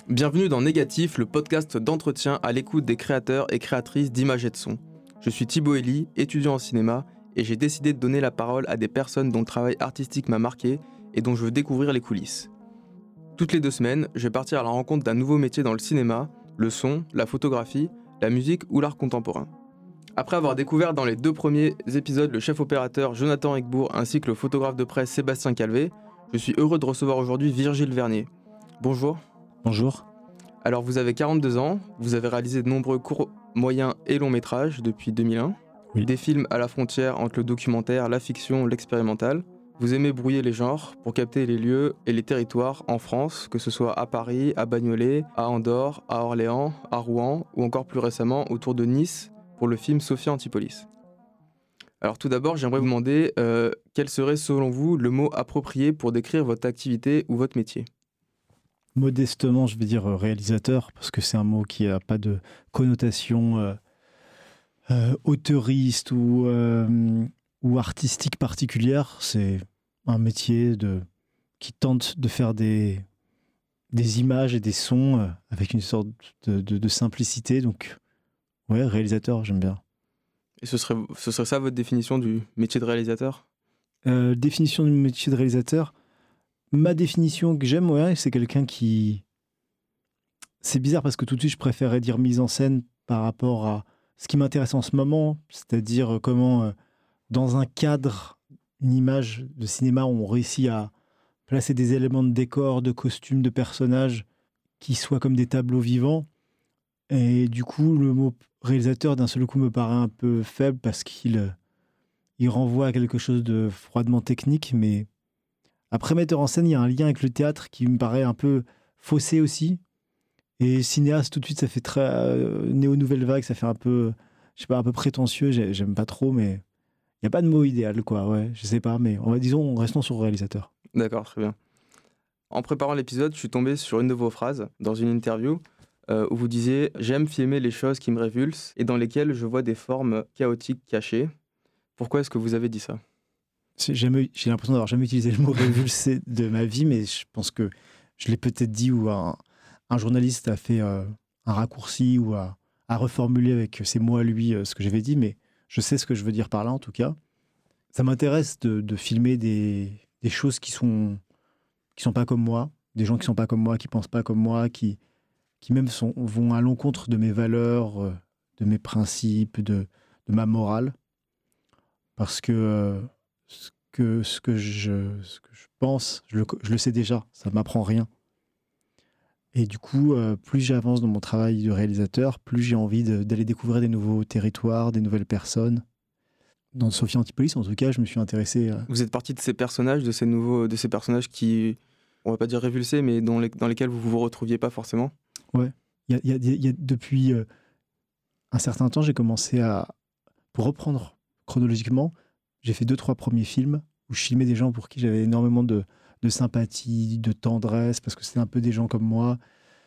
Bienvenue dans Négatif, le podcast d'entretien à l'écoute des créateurs et créatrices d'images et de sons. Je suis Thibaut Elie, étudiant en cinéma, et j'ai décidé de donner la parole à des personnes dont le travail artistique m'a marqué et dont je veux découvrir les coulisses. Toutes les 2 semaines, je vais partir à la rencontre d'un nouveau métier dans le cinéma, le son, la photographie, la musique ou l'art contemporain. Après avoir découvert dans les 2 premiers épisodes le chef opérateur Jonathan Egbourg ainsi que le photographe de presse Sébastien Calvé, je suis heureux de recevoir aujourd'hui Virgile Vernier. Bonjour. Bonjour. Alors vous avez 42 ans, vous avez réalisé de nombreux courts, moyens et longs métrages depuis 2001. Oui. Des films à la frontière entre le documentaire, la fiction, l'expérimental. Vous aimez brouiller les genres pour capter les lieux et les territoires en France, que ce soit à Paris, à Bagnolet, à Andorre, à Orléans, à Rouen ou encore plus récemment autour de Nice pour le film Sophia Antipolis. Alors tout d'abord, j'aimerais vous demander quel serait selon vous le mot approprié pour décrire votre activité ou votre métier ? Modestement, je vais dire réalisateur, parce que c'est un mot qui n'a pas de connotation auteuriste ou artistique particulière. C'est un métier qui tente de faire des images et des sons avec une sorte de simplicité. Donc, ouais, réalisateur, j'aime bien. Et ce serait ça votre définition du métier de réalisateur ? Définition du métier de réalisateur. Ma définition que j'aime, ouais, c'est quelqu'un qui... C'est bizarre parce que tout de suite, je préférerais dire mise en scène par rapport à ce qui m'intéresse en ce moment, c'est-à-dire comment, dans un cadre, une image de cinéma, on réussit à placer des éléments de décor, de costumes, de personnages qui soient comme des tableaux vivants. Et du coup, le mot réalisateur, d'un seul coup, me paraît un peu faible parce qu'il renvoie à quelque chose de froidement technique, mais... Après metteur en scène, il y a un lien avec le théâtre qui me paraît un peu faussé aussi. Et cinéaste, tout de suite, ça fait très néo-nouvelle vague, ça fait un peu, je sais pas, un peu prétentieux, j'aime pas trop, mais il n'y a pas de mot idéal, quoi, ouais, je sais pas, mais disons, restons sur réalisateur. D'accord, très bien. En préparant l'épisode, je suis tombé sur une de vos phrases dans une interview où vous disiez « J'aime filmer les choses qui me révulsent et dans lesquelles je vois des formes chaotiques cachées ». Pourquoi est-ce que vous avez dit ça ? J'ai l'impression d'avoir jamais utilisé le mot révulsé de ma vie, mais je pense que je l'ai peut-être dit ou un journaliste a fait un raccourci ou a reformulé avec ses mots à lui ce que j'avais dit, mais je sais ce que je veux dire par là en tout cas. Ça m'intéresse de filmer des choses qui sont pas comme moi, des gens qui sont pas comme moi, qui pensent pas comme moi, qui même vont à l'encontre de mes valeurs, de mes principes, de ma morale, parce que ce que je pense, je le sais déjà, ça ne m'apprend rien. Et du coup, plus j'avance dans mon travail de réalisateur, plus j'ai envie d'aller découvrir des nouveaux territoires, des nouvelles personnes. Dans Sophia Antipolis, en tout cas, je me suis intéressé... Vous êtes partie de ces personnages, de ces personnages qui, on va pas dire révulsés, mais dans lesquels vous vous retrouviez pas forcément ? Ouais. Depuis un certain temps, j'ai commencé pour reprendre chronologiquement, j'ai fait 2-3 premiers films où je filmais des gens pour qui j'avais énormément de sympathie, de tendresse, parce que c'était un peu des gens comme moi,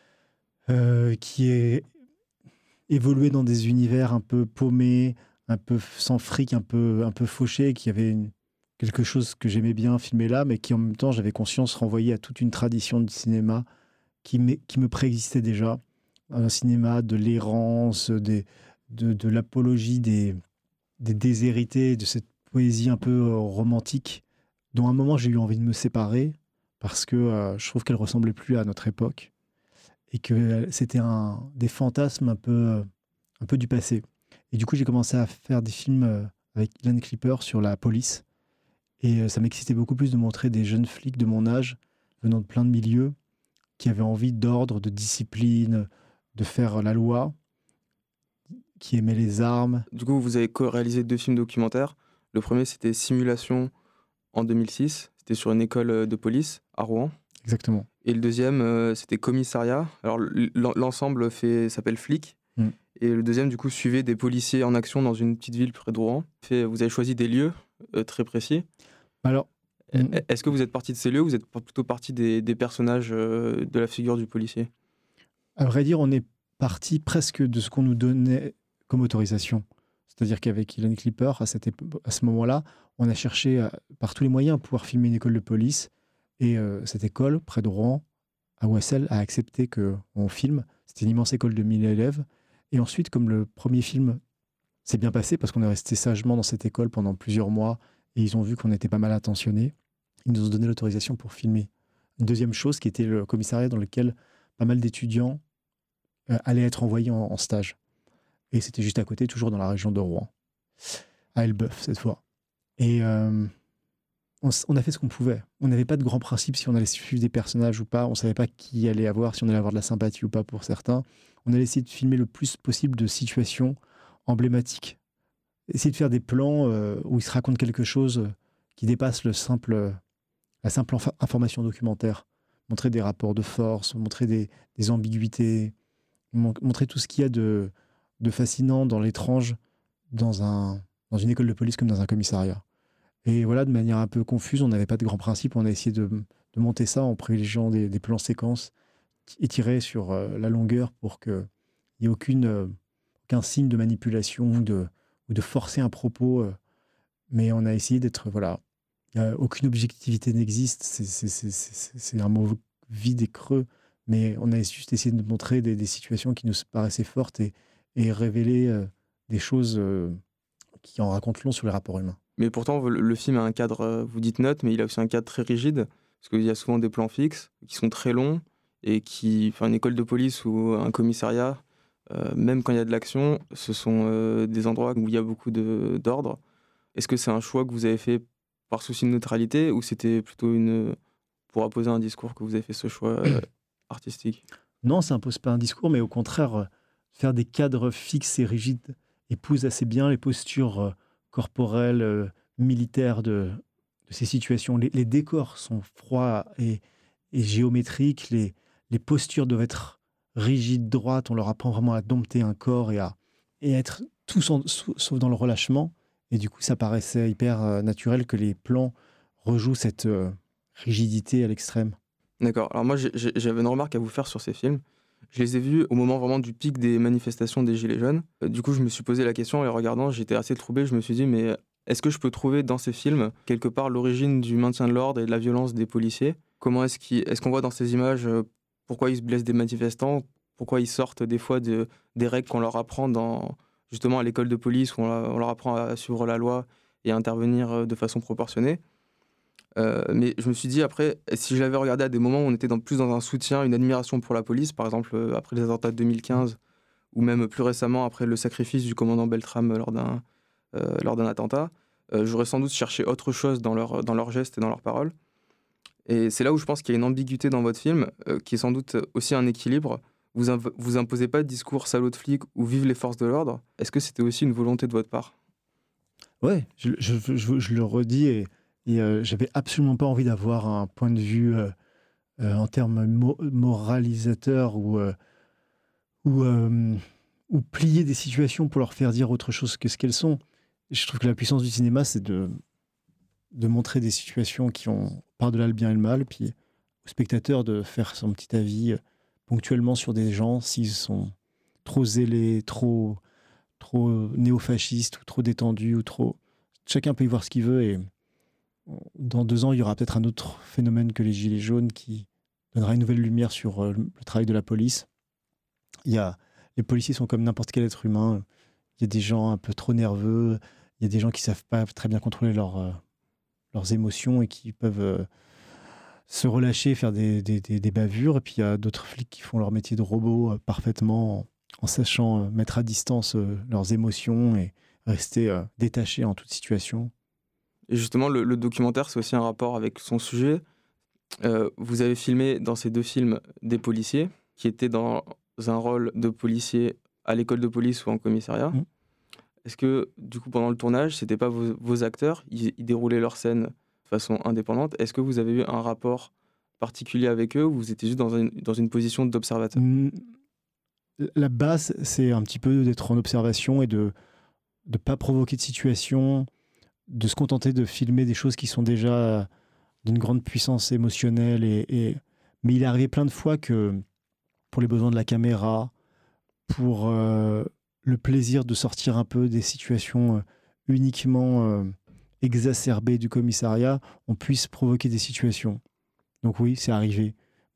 qui évoluaient dans des univers un peu paumés, un peu sans fric, un peu fauchés, qui avaient quelque chose que j'aimais bien filmer là, mais qui en même temps, j'avais conscience, renvoyait à toute une tradition du cinéma qui me préexistait déjà. Un cinéma de l'errance, de l'apologie des déshérités, de cette poésie un peu romantique, dont à un moment j'ai eu envie de me séparer parce que je trouve qu'elle ressemblait plus à notre époque et que c'était des fantasmes un peu du passé. Et du coup, j'ai commencé à faire des films avec Ilan Clipper sur la police et ça m'excitait beaucoup plus de montrer des jeunes flics de mon âge venant de plein de milieux qui avaient envie d'ordre, de discipline, de faire la loi, qui aimaient les armes. Du coup, vous avez réalisé 2 films documentaires. Le premier, c'était Simulation en 2006. C'était sur une école de police à Rouen. Exactement. Et le deuxième, c'était Commissariat. Alors, l'ensemble s'appelle Flic. Et le deuxième, du coup, suivait des policiers en action dans une petite ville près de Rouen. Vous avez choisi des lieux très précis. Alors, est-ce que vous êtes parti de ces lieux ou vous êtes plutôt parti des personnages de la figure du policier ? À vrai dire, on est parti presque de ce qu'on nous donnait comme autorisation. C'est-à-dire qu'avec Ilan Clipper, à ce moment-là, on a cherché par tous les moyens à pouvoir filmer une école de police. Et cette école, près de Rouen, à Wassel a accepté qu'on filme. C'était une immense école de 1000 élèves. Et ensuite, comme le premier film s'est bien passé, parce qu'on est resté sagement dans cette école pendant plusieurs mois, et ils ont vu qu'on était pas mal attentionnés, ils nous ont donné l'autorisation pour filmer. Une deuxième chose qui était le commissariat dans lequel pas mal d'étudiants allaient être envoyés en stage. Et c'était juste à côté, toujours dans la région de Rouen, à Elbeuf cette fois. Et on a fait ce qu'on pouvait. On n'avait pas de grands principes si on allait suivre des personnages ou pas. On ne savait pas qui allait avoir, si on allait avoir de la sympathie ou pas pour certains. On allait essayer de filmer le plus possible de situations emblématiques. Essayer de faire des plans où il se raconte quelque chose qui dépasse la simple information documentaire. Montrer des rapports de force, montrer des ambiguïtés, montrer tout ce qu'il y a de fascinant dans l'étrange dans une école de police comme dans un commissariat. Et voilà, de manière un peu confuse, on n'avait pas de grands principes, on a essayé de monter ça en privilégiant des plans séquences étirés sur la longueur pour qu'il n'y ait aucun signe de manipulation ou de forcer un propos. Mais on a essayé d'être, voilà, aucune objectivité n'existe, c'est un mot vide et creux, mais on a juste essayé de montrer des situations qui nous paraissaient fortes et révéler des choses qui en racontent long sur les rapports humains. Mais pourtant, le film a un cadre, vous dites neutre, mais il a aussi un cadre très rigide, parce qu'il y a souvent des plans fixes qui sont très longs, et une école de police ou un commissariat, même quand il y a de l'action, ce sont des endroits où il y a beaucoup d'ordre. Est-ce que c'est un choix que vous avez fait par souci de neutralité, ou c'était plutôt pour apposer un discours que vous avez fait ce choix artistique? Non, ça n'impose pas un discours, mais au contraire, faire des cadres fixes et rigides épouse assez bien les postures corporelles, militaires de ces situations. Les décors sont froids et géométriques, les postures doivent être rigides, droites, on leur apprend vraiment à dompter un corps et être tout sauf dans le relâchement. Et du coup, ça paraissait hyper naturel que les plans rejouent cette rigidité à l'extrême. D'accord. Alors moi, j'avais une remarque à vous faire sur ces films. Je les ai vus au moment vraiment du pic des manifestations des Gilets jaunes. Du coup, je me suis posé la question, en les regardant, j'étais assez troublé. Je me suis dit, mais est-ce que je peux trouver dans ces films, quelque part, l'origine du maintien de l'ordre et de la violence des policiers? Comment est-ce qu'on voit dans ces images pourquoi ils se blessent des manifestants? Pourquoi ils sortent des fois des règles qu'on leur apprend justement à l'école de police, où on leur apprend à suivre la loi et à intervenir de façon proportionnée? Mais je me suis dit après, si je l'avais regardé à des moments où on était plus dans un soutien, une admiration pour la police, par exemple après les attentats de 2015, ou même plus récemment après le sacrifice du commandant Beltrame lors d'un attentat, j'aurais sans doute cherché autre chose dans leurs gestes et dans leurs paroles. Et c'est là où je pense qu'il y a une ambiguïté dans votre film, qui est sans doute aussi un équilibre. Vous imposez pas de discours salaud de flic ou vive les forces de l'ordre. Est-ce que c'était aussi une volonté de votre part? Ouais, je le redis et j'avais absolument pas envie d'avoir un point de vue en termes moralisateur ou plier des situations pour leur faire dire autre chose que ce qu'elles sont. Je trouve que la puissance du cinéma, c'est de montrer des situations qui ont par-delà le bien et le mal, puis au spectateur de faire son petit avis ponctuellement sur des gens s'ils sont trop zélés, trop néo-fascistes ou trop détendus ou trop... Chacun peut y voir ce qu'il veut et dans 2 ans, il y aura peut-être un autre phénomène que les Gilets jaunes qui donnera une nouvelle lumière sur le travail de la police. Les policiers sont comme n'importe quel être humain. Il y a des gens un peu trop nerveux, il y a des gens qui ne savent pas très bien contrôler leurs émotions et qui peuvent se relâcher, faire des bavures. Et puis il y a d'autres flics qui font leur métier de robot parfaitement en sachant mettre à distance leurs émotions et rester détachés en toute situation. Et justement, le documentaire, c'est aussi un rapport avec son sujet. Vous avez filmé dans ces 2 films des policiers qui étaient dans un rôle de policier à l'école de police ou en commissariat. Mmh. Est-ce que, du coup, pendant le tournage, c'était pas vos acteurs, ils déroulaient leur scène de façon indépendante? Est-ce que vous avez eu un rapport particulier avec eux, ou vous étiez juste dans une position d'observateur? La base, c'est un petit peu d'être en observation et de ne pas provoquer de situation, de se contenter de filmer des choses qui sont déjà d'une grande puissance émotionnelle. Mais il est arrivé plein de fois que, pour les besoins de la caméra, pour le plaisir de sortir un peu des situations uniquement exacerbées du commissariat, on puisse provoquer des situations. Donc oui, c'est arrivé.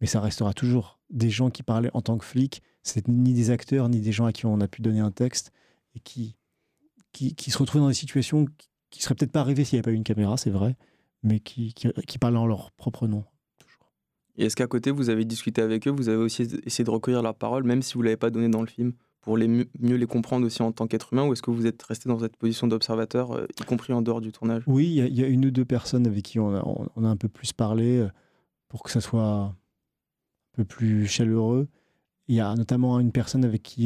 mais ça restera toujours des gens qui parlaient en tant que flics. C'est ni des acteurs, ni des gens à qui on a pu donner un texte et qui se retrouvent dans des situations qui ne seraient peut-être pas arrivées s'il n'y avait pas eu une caméra, c'est vrai, mais qui parlent en leur propre nom. Toujours. Et est-ce qu'à côté, vous avez discuté avec eux, vous avez aussi essayé de recueillir leur parole, même si vous ne l'avez pas donné dans le film, pour mieux les comprendre aussi en tant qu'être humain, ou est-ce que vous êtes resté dans cette position d'observateur, y compris en dehors du tournage? Oui, il y a une ou deux personnes avec qui on a un peu plus parlé pour que ça soit un peu plus chaleureux. Il y a notamment une personne avec qui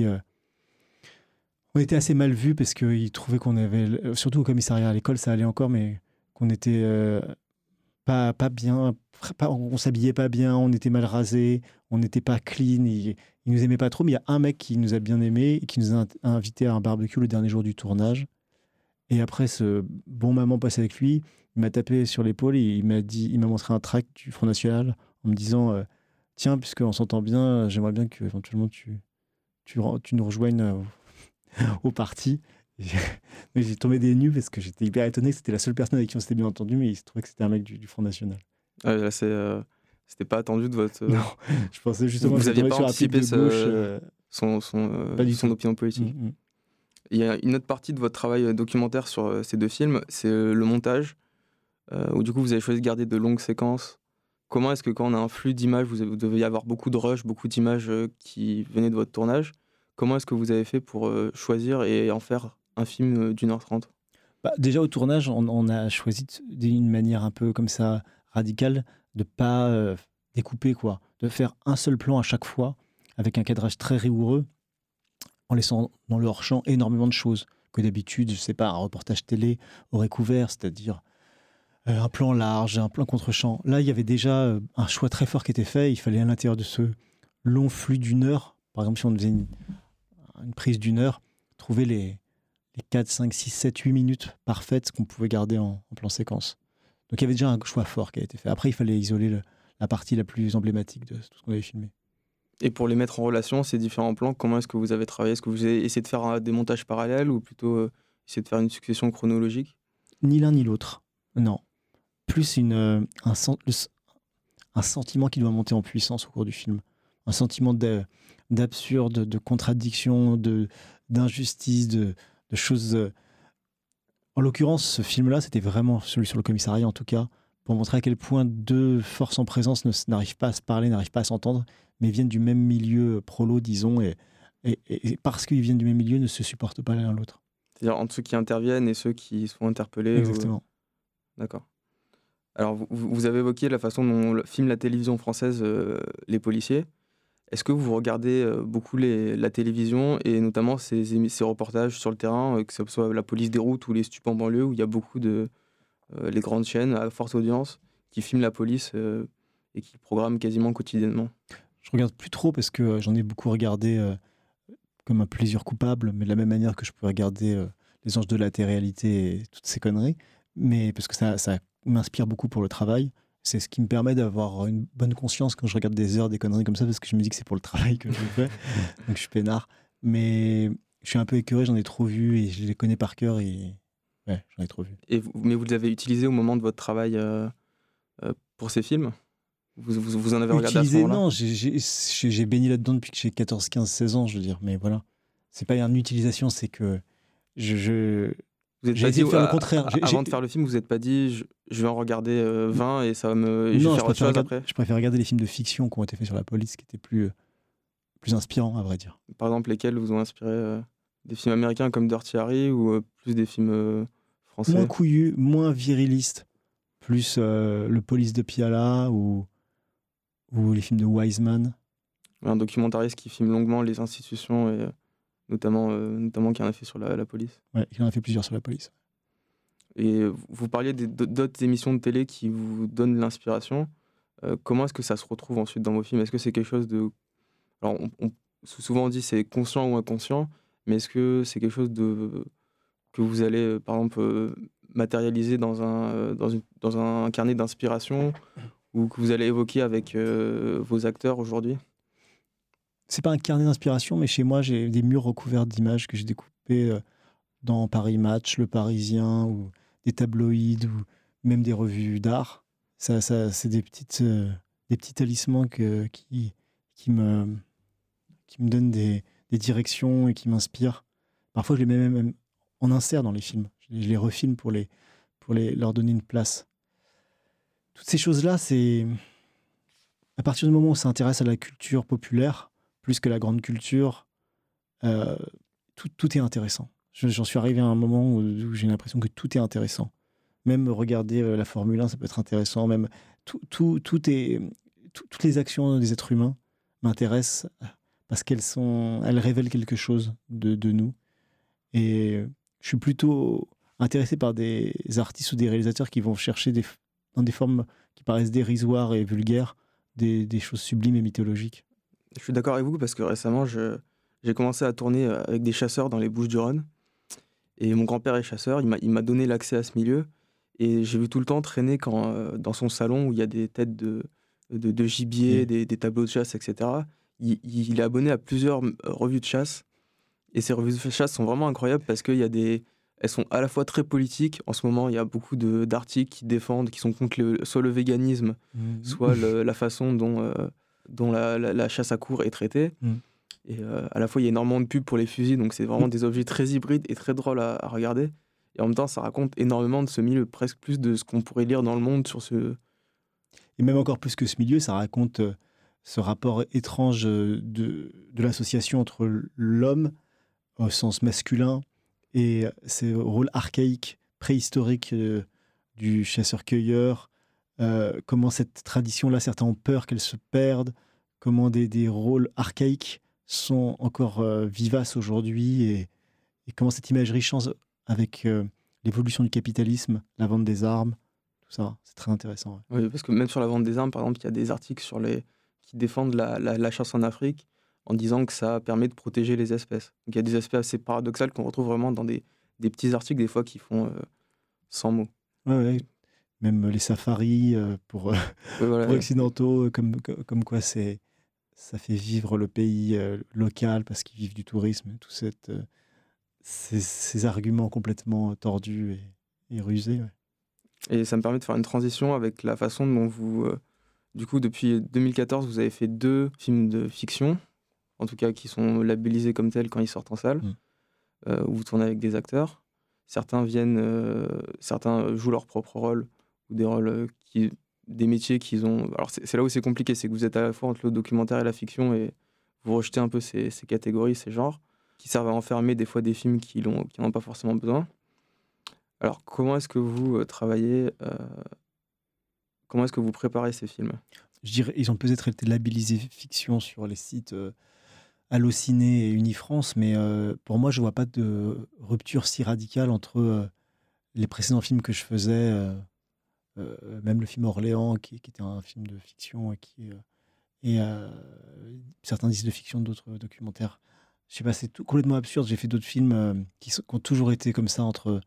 on était assez mal vus parce qu'ils trouvaient qu'on avait, surtout au commissariat, à l'école ça allait encore, mais qu'on était pas bien, on s'habillait pas bien, on était mal rasés, on n'était pas clean, ils nous aimaient pas trop, mais il y a un mec qui nous a bien aimés et qui nous a invités à un barbecue le dernier jour du tournage. Et après ce bon moment passé avec lui, il m'a tapé sur l'épaule et il m'a montré un tract du Front National en me disant tiens, puisqu'on s'entend bien, j'aimerais bien que éventuellement tu nous rejoignes au parti. J'ai tombé des nues parce que j'étais hyper étonné que c'était la seule personne avec qui on s'était bien entendu, mais il se trouvait que c'était un mec du Front National. Là, c'était pas attendu de votre... Non, je pensais justement vous que n'aviez pas sur un anticipé pic de gauche. son opinion politique. Il y a une autre partie de votre travail documentaire sur ces deux films, c'est le montage, où du coup vous avez choisi de garder de longues séquences. Comment est-ce que quand on a un flux d'images, vous devez y avoir beaucoup de rush, beaucoup d'images qui venaient de votre tournage, comment est-ce que vous avez fait pour choisir et en faire un film d'1h30 ? Déjà au tournage, on a choisi d'une manière un peu comme ça radicale de pas découper, quoi, de faire un seul plan à chaque fois avec un cadrage très rigoureux en laissant dans le hors-champ énormément de choses que d'habitude, je sais pas, un reportage télé aurait couvert, c'est-à-dire un plan large, un plan contre-champ. Là, il y avait déjà un choix très fort qui était fait. Il fallait à l'intérieur de ce long flux d'une heure, par exemple si on faisait une prise d'une heure, trouver les 4, 5, 6, 7, 8 minutes parfaites qu'on pouvait garder en plan séquence. Donc il y avait déjà un choix fort qui a été fait. Après, il fallait isoler la partie la plus emblématique de tout ce qu'on avait filmé. Et pour les mettre en relation, ces différents plans, comment est-ce que vous avez travaillé ? Est-ce que vous avez essayé de faire des montages parallèles ou plutôt essayer de faire une succession chronologique ? Ni l'un ni l'autre, non. Plus un sentiment qui doit monter en puissance au cours du film. Un sentiment d'absurde, de contradiction, d'injustice, de choses... En l'occurrence, ce film-là, c'était vraiment celui sur le commissariat, en tout cas, pour montrer à quel point deux forces en présence n'arrivent pas à se parler, n'arrivent pas à s'entendre, mais viennent du même milieu prolo, disons, et parce qu'ils viennent du même milieu, ne se supportent pas l'un l'autre. C'est-à-dire entre ceux qui interviennent et ceux qui sont interpellés. Exactement. D'accord. Alors, vous avez évoqué la façon dont filme la télévision française les policiers. Est-ce que vous regardez beaucoup la télévision et notamment ces reportages sur le terrain, que ce soit la police des routes ou les stupes en banlieue, où il y a beaucoup les grandes chaînes à forte audience qui filment la police et qui programment quasiment quotidiennement? Je regarde plus trop parce que j'en ai beaucoup regardé comme un plaisir coupable, mais de la même manière que je peux regarder Les Anges de la télé-réalité et toutes ces conneries, mais parce que ça m'inspire beaucoup pour le travail. C'est ce qui me permet d'avoir une bonne conscience quand je regarde des heures, des conneries comme ça, parce que je me dis que c'est pour le travail que je le fais, donc je suis peinard. Mais je suis un peu écœuré, j'en ai trop vu et je les connais par cœur et ouais, j'en ai trop vu. Mais vous les avez utilisés au moment de votre travail pour ces films ? Vous en avez regardé à ce moment-là ? Non, j'ai baigné là-dedans depuis que j'ai 14, 15, 16 ans, je veux dire, mais voilà. C'est pas une utilisation, c'est que vous j'ai essayé de faire le contraire. Avant de faire le film, vous n'êtes pas dit je vais en regarder 20 et ça va me. Non, je vais faire autre chose après. Je préfère regarder les films de fiction qui ont été faits sur la police, qui étaient plus inspirants, à vrai dire. Par exemple, lesquels vous ont inspiré des films américains comme Dirty Harry ou plus des films français? Moins couillus, moins virilistes, plus le Police de Piala ou les films de Wiseman. Un documentariste qui filme longuement les institutions et notamment qui en a fait sur la police. Ouais, il en a fait plusieurs sur la police. Et vous parliez d'autres émissions de télé qui vous donnent l'inspiration. Comment est-ce que ça se retrouve ensuite dans vos films ? Est-ce que c'est quelque chose de... Alors, souvent on dit c'est conscient ou inconscient, mais est-ce que c'est quelque chose que vous allez, par exemple, matérialiser dans un carnet d'inspiration ou que vous allez évoquer avec vos acteurs aujourd'hui ? C'est pas un carnet d'inspiration, mais chez moi, j'ai des murs recouverts d'images que j'ai découpées dans Paris Match, Le Parisien, ou des tabloïds, ou même des revues d'art. Ça, c'est des petites des petits talismans qui me donnent des directions et qui m'inspirent. Parfois, je les mets même en insert dans les films. Je les refilme pour leur donner une place. Toutes ces choses-là, c'est à partir du moment où ça s'intéresse à la culture populaire, plus que la grande culture, tout est intéressant. J'en suis arrivé à un moment où j'ai l'impression que tout est intéressant. Même regarder la Formule 1, ça peut être intéressant. Même toutes les actions des êtres humains m'intéressent parce elles révèlent quelque chose de nous. Et je suis plutôt intéressé par des artistes ou des réalisateurs qui vont chercher dans des formes qui paraissent dérisoires et vulgaires, des choses sublimes et mythologiques. Je suis d'accord avec vous parce que récemment, j'ai commencé à tourner avec des chasseurs dans les Bouches-du-Rhône. Et mon grand-père est chasseur, il m'a donné l'accès à ce milieu. Et j'ai vu tout le temps traîner dans son salon où il y a des têtes de gibier, des tableaux de chasse, etc. Il est abonné à plusieurs revues de chasse. Et ces revues de chasse sont vraiment incroyables parce qu'elles sont à la fois très politiques. En ce moment, il y a beaucoup d'articles qui sont contre soit le véganisme, soit la façon dont la chasse à courre est traitée. Et à la fois, il y a énormément de pubs pour les fusils, donc c'est vraiment des objets très hybrides et très drôles à regarder. Et en même temps, ça raconte énormément de ce milieu, presque plus de ce qu'on pourrait lire dans le monde sur ce... Et même encore plus que ce milieu, ça raconte ce rapport étrange de l'association entre l'homme, au sens masculin, et ces rôles archaïques, préhistoriques du chasseur-cueilleur, comment cette tradition-là, certains ont peur qu'elle se perde, comment des rôles archaïques sont encore vivaces aujourd'hui, et comment cette imagerie change avec l'évolution du capitalisme, la vente des armes, tout ça, c'est très intéressant. Ouais. Oui, parce que même sur la vente des armes, par exemple, il y a des articles qui défendent la chasse en Afrique en disant que ça permet de protéger les espèces. Donc il y a des aspects assez paradoxaux qu'on retrouve vraiment dans des petits articles, des fois, qui font 100 mots. Ouais. Même les safaris pour occidentaux, comme quoi ça fait vivre le pays local parce qu'ils vivent du tourisme, tout ces arguments complètement tordus et rusés. Ouais. Et ça me permet de faire une transition avec la façon dont vous... du coup, depuis 2014, vous avez fait 2 films de fiction, en tout cas qui sont labellisés comme tels quand ils sortent en salle, où vous tournez avec des acteurs. Certains jouent leur propre rôle, ou des rôles des métiers qu'ils ont... Alors c'est là où c'est compliqué, c'est que vous êtes à la fois entre le documentaire et la fiction, et vous rejetez un peu ces catégories, ces genres, qui servent à enfermer des fois des films qui n'en ont pas forcément besoin. Alors, comment est-ce que vous travaillez comment est-ce que vous préparez ces films ? Je dirais, ils ont peut-être été labellisés fiction sur les sites Allociné et Unifrance, mais pour moi, je ne vois pas de rupture si radicale entre les précédents films que je faisais, même le film Orléans, qui était un film de fiction, et certains disent de fiction, d'autres documentaires. Je sais pas, c'est complètement absurde. J'ai fait d'autres films qui ont toujours été comme ça entre...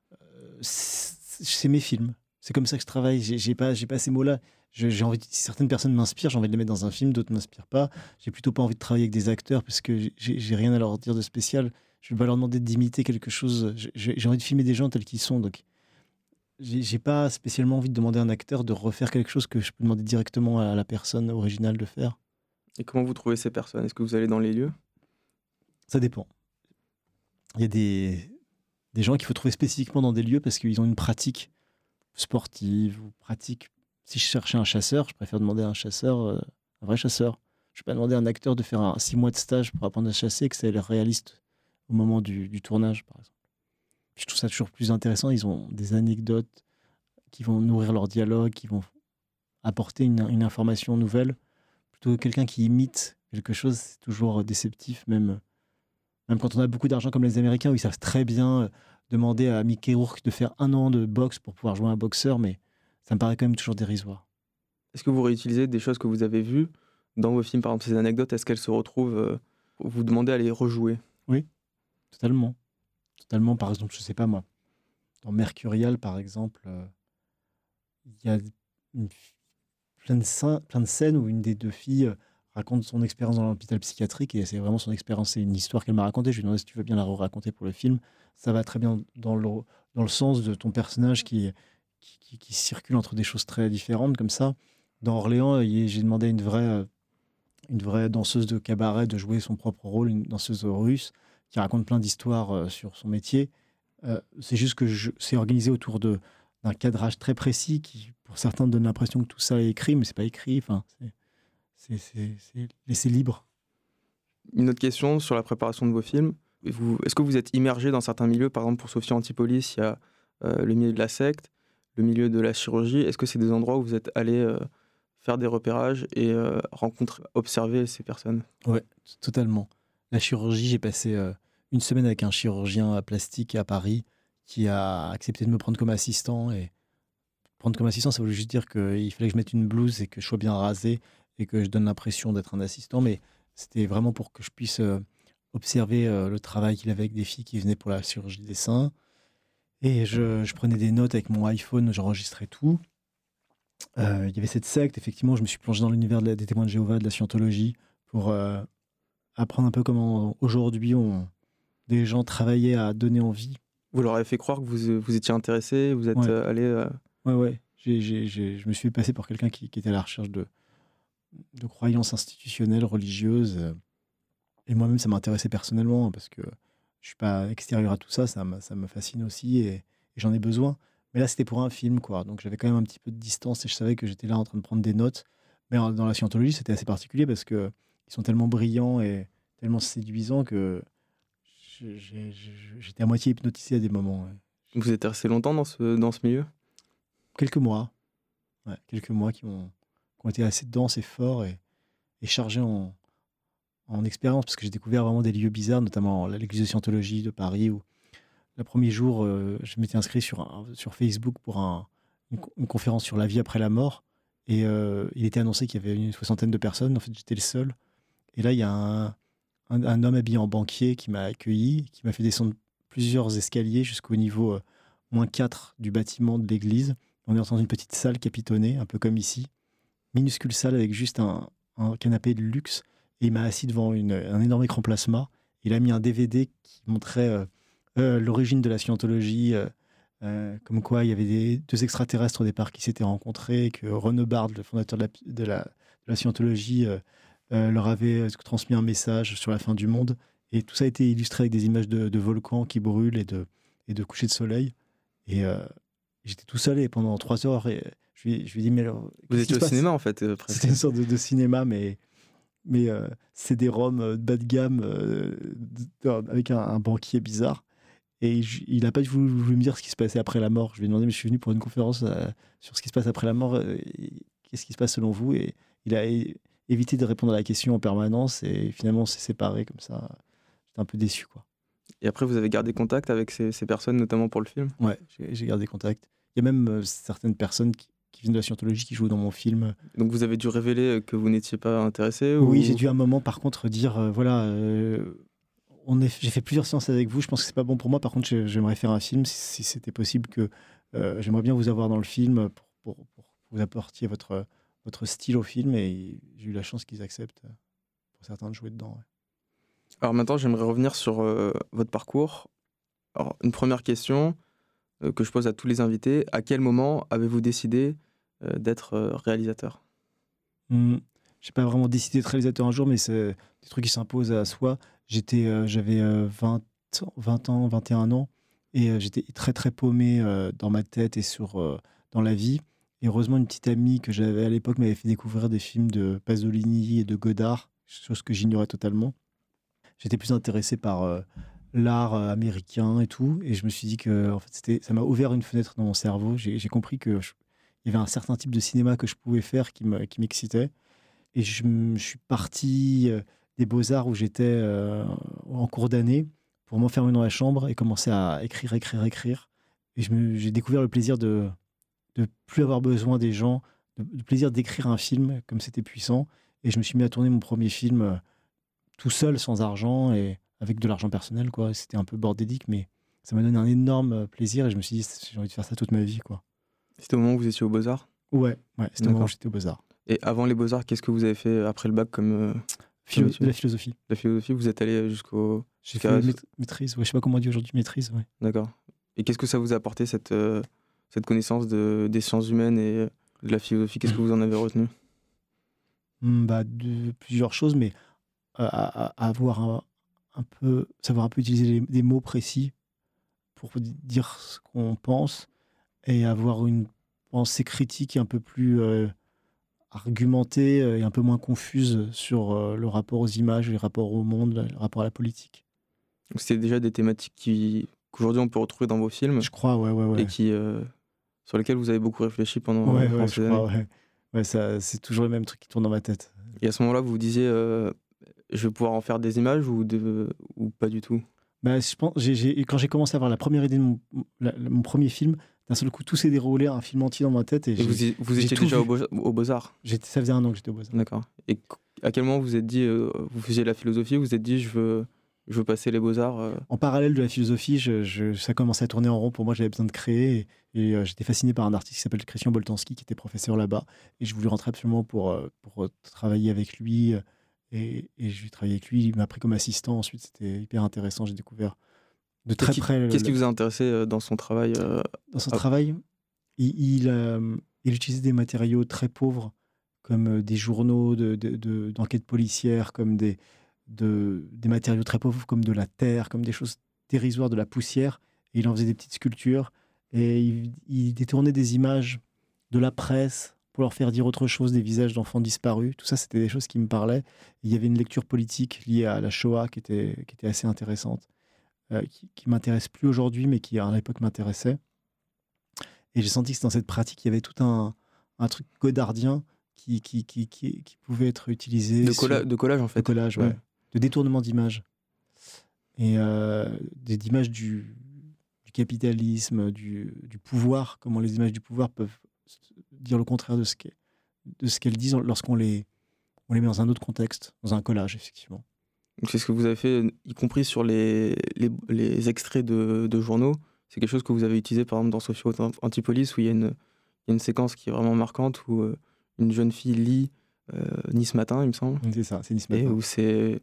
c'est mes films. C'est comme ça que je travaille. J'ai pas ces mots-là. J'ai envie certaines personnes m'inspirent, j'ai envie de les mettre dans un film, d'autres m'inspirent pas. J'ai plutôt pas envie de travailler avec des acteurs parce que j'ai rien à leur dire de spécial. Je vais pas leur demander d'imiter quelque chose. J'ai envie de filmer des gens tels qu'ils sont. Donc, j'ai pas spécialement envie de demander à un acteur de refaire quelque chose que je peux demander directement à la personne originale de faire. Et comment vous trouvez ces personnes ? Est-ce que vous allez dans les lieux ? Ça dépend. Il y a des gens qu'il faut trouver spécifiquement dans des lieux parce qu'ils ont une pratique sportive ou pratique. Si je cherchais un chasseur, je préfère demander à un chasseur, un vrai chasseur. Je ne vais pas demander à un acteur de faire 6 mois de stage pour apprendre à chasser et que ça ait l'air réaliste au moment du tournage, par exemple. Je trouve ça toujours plus intéressant. Ils ont des anecdotes qui vont nourrir leur dialogue, qui vont apporter une information nouvelle. Plutôt que quelqu'un qui imite quelque chose, c'est toujours déceptif, même quand on a beaucoup d'argent comme les Américains, où ils savent très bien demander à Mickey Rourke de faire 1 an de boxe pour pouvoir jouer un boxeur, mais ça me paraît quand même toujours dérisoire. Est-ce que vous réutilisez des choses que vous avez vues dans vos films, par exemple ces anecdotes, est-ce qu'elles se retrouvent, vous demandez à les rejouer ? Oui, totalement. Totalement, par exemple, je sais pas moi, dans Mercurial, par exemple, il y a plein de scènes où une des 2 filles raconte son expérience dans l'hôpital psychiatrique, et c'est vraiment son expérience, c'est une histoire qu'elle m'a racontée. Je lui ai demandé si tu veux bien la raconter pour le film. Ça va très bien dans le sens de ton personnage qui circule entre des choses très différentes comme ça. Dans Orléans, j'ai demandé à une vraie danseuse de cabaret de jouer son propre rôle, une danseuse russe qui raconte plein d'histoires sur son métier. C'est juste que c'est organisé autour d'un cadrage très précis qui, pour certains, donne l'impression que tout ça est écrit, mais c'est pas écrit. Enfin, c'est laissé libre. Une autre question sur la préparation de vos films. Est-ce que vous êtes immergé dans certains milieux? Par exemple, pour Sophie Antipolis, il y a le milieu de la secte, le milieu de la chirurgie. Est-ce que c'est des endroits où vous êtes allé faire des repérages et observer ces personnes? Ouais, totalement. La chirurgie, j'ai passé une semaine avec un chirurgien plastique à Paris qui a accepté de me prendre comme assistant. Et prendre comme assistant, ça voulait juste dire qu'il fallait que je mette une blouse et que je sois bien rasé et que je donne l'impression d'être un assistant. Mais c'était vraiment pour que je puisse observer le travail qu'il avait avec des filles qui venaient pour la chirurgie des seins. Et je prenais des notes avec mon iPhone, j'enregistrais tout. Il y avait cette secte, effectivement, je me suis plongé dans l'univers des témoins de Jéhovah, de la scientologie, pour apprendre un peu comment aujourd'hui des gens travaillaient à donner envie. Vous leur avez fait croire que vous étiez intéressé, vous êtes allé... Ouais. Je me suis passé pour quelqu'un qui était à la recherche de croyances institutionnelles, religieuses. Et moi-même, ça m'intéressait personnellement, parce que je ne suis pas extérieur à tout ça, ça me fascine aussi, et j'en ai besoin. Mais là, c'était pour un film, quoi. Donc j'avais quand même un petit peu de distance, et je savais que j'étais là en train de prendre des notes. Mais dans la scientologie, c'était assez particulier, parce qu'ils sont tellement brillants et tellement séduisants que j'étais à moitié hypnotisé à des moments. Ouais. Vous êtes resté longtemps dans ce milieu? Quelques mois. Ouais, quelques mois qui ont été assez denses et forts et chargés en expérience, parce que j'ai découvert vraiment des lieux bizarres, notamment l'église de Scientologie de Paris, où le premier jour, je m'étais inscrit sur Facebook pour une conférence sur la vie après la mort, et il était annoncé qu'il y avait une 60aine de personnes. En fait, j'étais le seul. Et là, il y a un homme habillé en banquier qui m'a accueilli, qui m'a fait descendre plusieurs escaliers jusqu'au niveau -4 du bâtiment de l'église. On est dans une petite salle capitonnée, un peu comme ici, minuscule salle avec juste un canapé de luxe. Et il m'a assis devant un énorme écran plasma. Il a mis un DVD qui montrait l'origine de la scientologie, comme quoi il y avait deux extraterrestres au départ qui s'étaient rencontrés, que René Bard, le fondateur de la scientologie, leur avait transmis un message sur la fin du monde. Et tout ça a été illustré avec des images de volcans qui brûlent et de couchers de soleil. Et j'étais tout seul, et pendant 3 heures, et je lui ai dit, mais alors, vous étiez au cinéma, en fait, presque. C'était une sorte de cinéma, mais CD-ROM bas de gamme, avec un banquier bizarre. Et il n'a pas voulu me dire ce qui se passait après la mort. Je lui ai demandé, mais je suis venu pour une conférence sur ce qui se passe après la mort. Qu'est-ce qui se passe selon vous? Et il a évité de répondre à la question en permanence, et finalement on s'est séparés comme ça. J'étais un peu déçu, quoi. Et après, vous avez gardé contact avec ces personnes, notamment pour le film? Ouais, j'ai gardé contact. Il y a même certaines personnes qui viennent de la scientologie qui jouent dans mon film. Donc vous avez dû révéler que vous n'étiez pas intéressé? Oui, j'ai dû à un moment, par contre, dire voilà, j'ai fait plusieurs séances avec vous, je pense que c'est pas bon pour moi. Par contre, j'aimerais faire un film, si c'était possible, que j'aimerais bien vous avoir dans le film pour que vous apportiez votre style au film, et j'ai eu la chance qu'ils acceptent pour certains de jouer dedans. Ouais. Alors maintenant, j'aimerais revenir sur votre parcours. Alors, une première question que je pose à tous les invités. À quel moment avez-vous décidé d'être réalisateur? J'ai pas vraiment décidé d'être réalisateur un jour, mais c'est des trucs qui s'imposent à soi. J'avais 20 ans, 21 ans, et j'étais très très paumé dans ma tête et dans la vie. Et heureusement, une petite amie que j'avais à l'époque m'avait fait découvrir des films de Pasolini et de Godard, chose que j'ignorais totalement. J'étais plus intéressé par l'art américain et tout, et je me suis dit que en fait, ça m'a ouvert une fenêtre dans mon cerveau. J'ai compris qu'il y avait un certain type de cinéma que je pouvais faire qui m'excitait. Et je suis parti des Beaux-Arts, où j'étais en cours d'année, pour m'enfermer dans la chambre et commencer à écrire. Et j'ai découvert le plaisir de plus avoir besoin des gens, le plaisir d'écrire un film, comme c'était puissant. Et je me suis mis à tourner mon premier film tout seul, sans argent, et avec de l'argent personnel, quoi. C'était un peu bordélique, mais ça m'a donné un énorme plaisir, et je me suis dit, j'ai envie de faire ça toute ma vie, quoi. C'était au moment où vous étiez aux Beaux-Arts? Ouais, c'était au moment où j'étais aux Beaux-Arts. Et avant les Beaux-Arts, qu'est-ce que vous avez fait après le bac comme de la philosophie. La philosophie, vous êtes allé jusqu'au... J'ai fait maîtrise, ouais, je sais pas comment on dit aujourd'hui, maîtrise, ouais. D'accord. Et qu'est-ce que ça vous a apporté, cette connaissance des sciences humaines et de la philosophie, qu'est-ce que vous en avez retenu? Plusieurs choses, mais avoir savoir un peu utiliser des mots précis pour dire ce qu'on pense et avoir une pensée critique un peu plus argumentée et un peu moins confuse sur le rapport aux images, les rapports au monde, le rapport à la politique. Donc c'est déjà des thématiques qu'aujourd'hui on peut retrouver dans vos films Je crois, ouais. et sur lesquelles vous avez beaucoup réfléchi pendant ces Je années. crois, ouais. Ouais, c'est toujours le même truc qui tourne dans ma tête. Et à ce moment-là, vous vous disiez, je vais pouvoir en faire des images ou pas du tout? Je pense, quand j'ai commencé à avoir la première idée de mon premier film, d'un seul coup, tout s'est déroulé, un film entier dans ma tête. Et vous étiez déjà au Beaux-Arts? Ça faisait 1 an que j'étais au Beaux-Arts. D'accord. Et à quel moment vous vous êtes dit, vous faisiez la philosophie, vous vous êtes dit, je veux passer les Beaux-Arts En parallèle de la philosophie, ça commençait à tourner en rond. Pour moi, j'avais besoin de créer. Et j'étais fasciné par un artiste qui s'appelle Christian Boltanski, qui était professeur là-bas. Et je voulais rentrer absolument pour travailler avec lui. Et je vais travailler avec lui. Il m'a pris comme assistant. Ensuite, c'était hyper intéressant. J'ai découvert de très près. Qu'est-ce qui vous a intéressé dans son travail? Dans son travail, il utilisait des matériaux très pauvres, comme des journaux d'enquête policière, comme des matériaux très pauvres, comme de la terre, comme des choses dérisoires, de la poussière. Et il en faisait des petites sculptures. Et il détournait des images de la presse pour leur faire dire autre chose, des visages d'enfants disparus. Tout ça, c'était des choses qui me parlaient. Et il y avait une lecture politique liée à la Shoah qui était assez intéressante, qui m'intéresse plus aujourd'hui, mais qui à l'époque m'intéressait. Et j'ai senti que dans cette pratique, il y avait tout un truc godardien qui pouvait être utilisé. De collage, en fait. De collage, ouais. De détournement d'images. Et d'images du capitalisme, du pouvoir, comment les images du pouvoir peuvent dire le contraire de ce qu'elles disent lorsqu'on les met dans un autre contexte, dans un collage, effectivement. Donc c'est ce que vous avez fait, y compris sur les extraits de journaux. C'est quelque chose que vous avez utilisé, par exemple, dans Sophie Antipolis, où il y a une séquence qui est vraiment marquante, où une jeune fille lit Nice Matin, il me semble. C'est ça, c'est Nice Matin. Et où c'est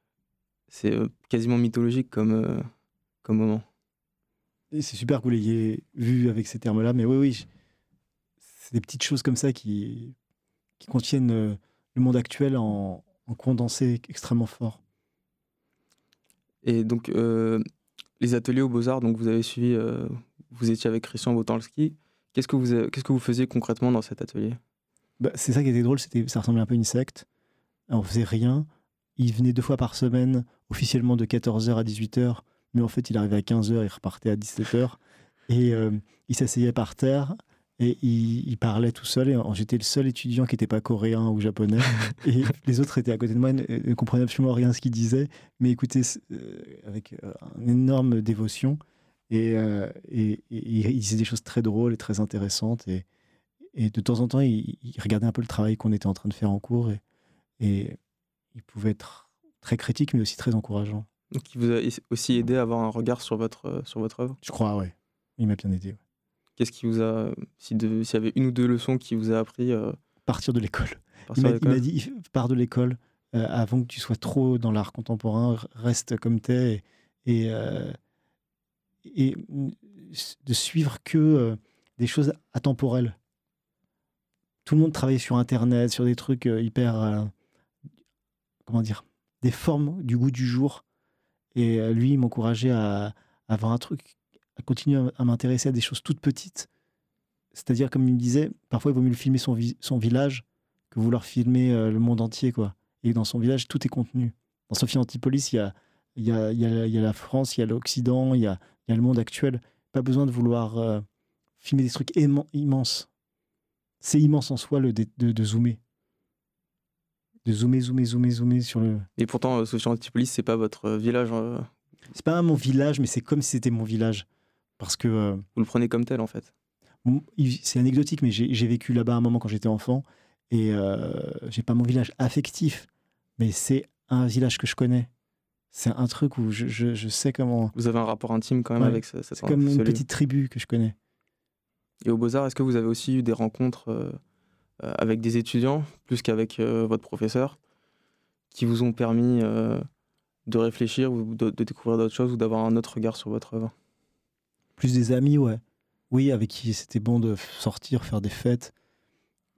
quasiment mythologique comme moment. Et c'est super que vous l'ayez vu avec ces termes-là, mais oui, c'est des petites choses comme ça qui contiennent le monde actuel en condensé extrêmement fort. Et donc, les ateliers aux Beaux-Arts, donc vous avez suivi, vous étiez avec Christian Boltanski. Qu'est-ce que vous faisiez concrètement dans cet atelier? C'est ça qui était drôle, ça ressemblait un peu à une secte. On faisait rien. Il venait 2 fois par semaine, officiellement de 14h à 18h, mais en fait, il arrivait à 15h, il repartait à 17h. Et il s'asseyait par terre et il parlait tout seul. Et j'étais le seul étudiant qui n'était pas coréen ou japonais. Et les autres étaient à côté de moi, ne comprenaient absolument rien à ce qu'il disait, mais écoutaient avec une énorme dévotion. Et il disait des choses très drôles et très intéressantes. Et de temps en temps, il regardait un peu le travail qu'on était en train de faire en cours. Et il pouvait être très critique, mais aussi très encourageant. Donc il vous a aussi aidé à avoir un regard sur votre œuvre? Je crois, ouais. Il m'a bien aidé. Ouais. Qu'est-ce qui vous a... S'il y avait une ou deux leçons qui vous a appris Partir de l'école. Il m'a dit, pars de l'école, avant que tu sois trop dans l'art contemporain, reste comme t'es. Et de suivre que des choses atemporelles. Tout le monde travaillait sur Internet, sur des trucs hyper... comment dire, des formes du goût du jour. Et lui, il m'encourageait à avoir un truc, à continuer à m'intéresser à des choses toutes petites. C'est-à-dire, comme il me disait, parfois il vaut mieux filmer son village que vouloir filmer le monde entier, quoi. Et dans son village, tout est contenu. Dans Sophie Antipolis, il y a la France, il y a l'Occident, il y a le monde actuel. Pas besoin de vouloir filmer des trucs immenses. C'est immense en soi de zoomer. De zoomer sur le... Et pourtant, Sophie Antipolis, c'est pas votre village. C'est pas mon village, mais c'est comme si c'était mon village. Parce que... vous le prenez comme tel, en fait. C'est anecdotique, mais j'ai vécu là-bas un moment quand j'étais enfant. Et j'ai pas mon village affectif, mais c'est un village que je connais. C'est un truc où je sais comment... Vous avez un rapport intime quand même avec cette... C'est comme une petite tribu que je connais. Et au Beaux-Arts, est-ce que vous avez aussi eu des rencontres avec des étudiants, plus qu'avec votre professeur, qui vous ont permis de réfléchir ou de découvrir d'autres choses ou d'avoir un autre regard sur votre œuvre? Plus des amis, ouais. Oui, avec qui c'était bon de sortir, faire des fêtes.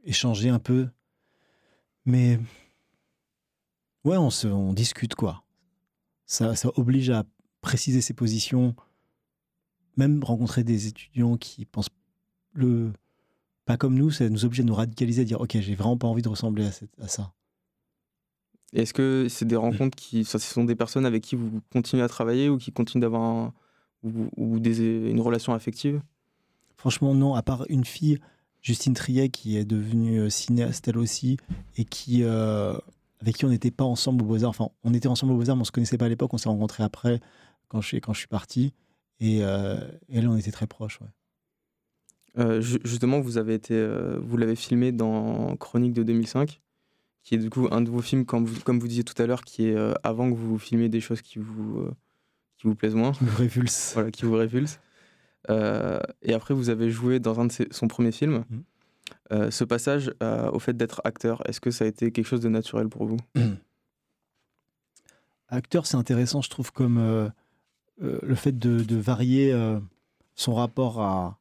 échanger un peu. Mais ouais, on discute, quoi. Ça oblige à préciser ses positions, même rencontrer des étudiants qui pensent pas comme nous, ça nous oblige à nous radicaliser, à dire ok, j'ai vraiment pas envie de ressembler à ça. Et est-ce que c'est des rencontres ce sont des personnes avec qui vous continuez à travailler ou qui continuent d'avoir une relation affective? Franchement, non, à part une fille, Justine Triet, qui est devenue cinéaste elle aussi, et avec qui on n'était pas ensemble aux Beaux-Arts. Enfin, on était ensemble aux Beaux-Arts, mais on se connaissait pas à l'époque, on s'est rencontrés après, quand je suis parti. Et elle, on était très proches, ouais. Justement, vous l'avez filmé dans Chronique de 2005, qui est du coup un de vos films, comme vous disiez tout à l'heure, qui est avant que vous filmiez des choses qui vous plaisent moins. Qui me révulse. Voilà, qui vous révulsent. Et après, vous avez joué dans son premier film. Ce passage au fait d'être acteur, est-ce que ça a été quelque chose de naturel pour vous? Acteur, c'est intéressant, je trouve, comme le fait de varier son rapport à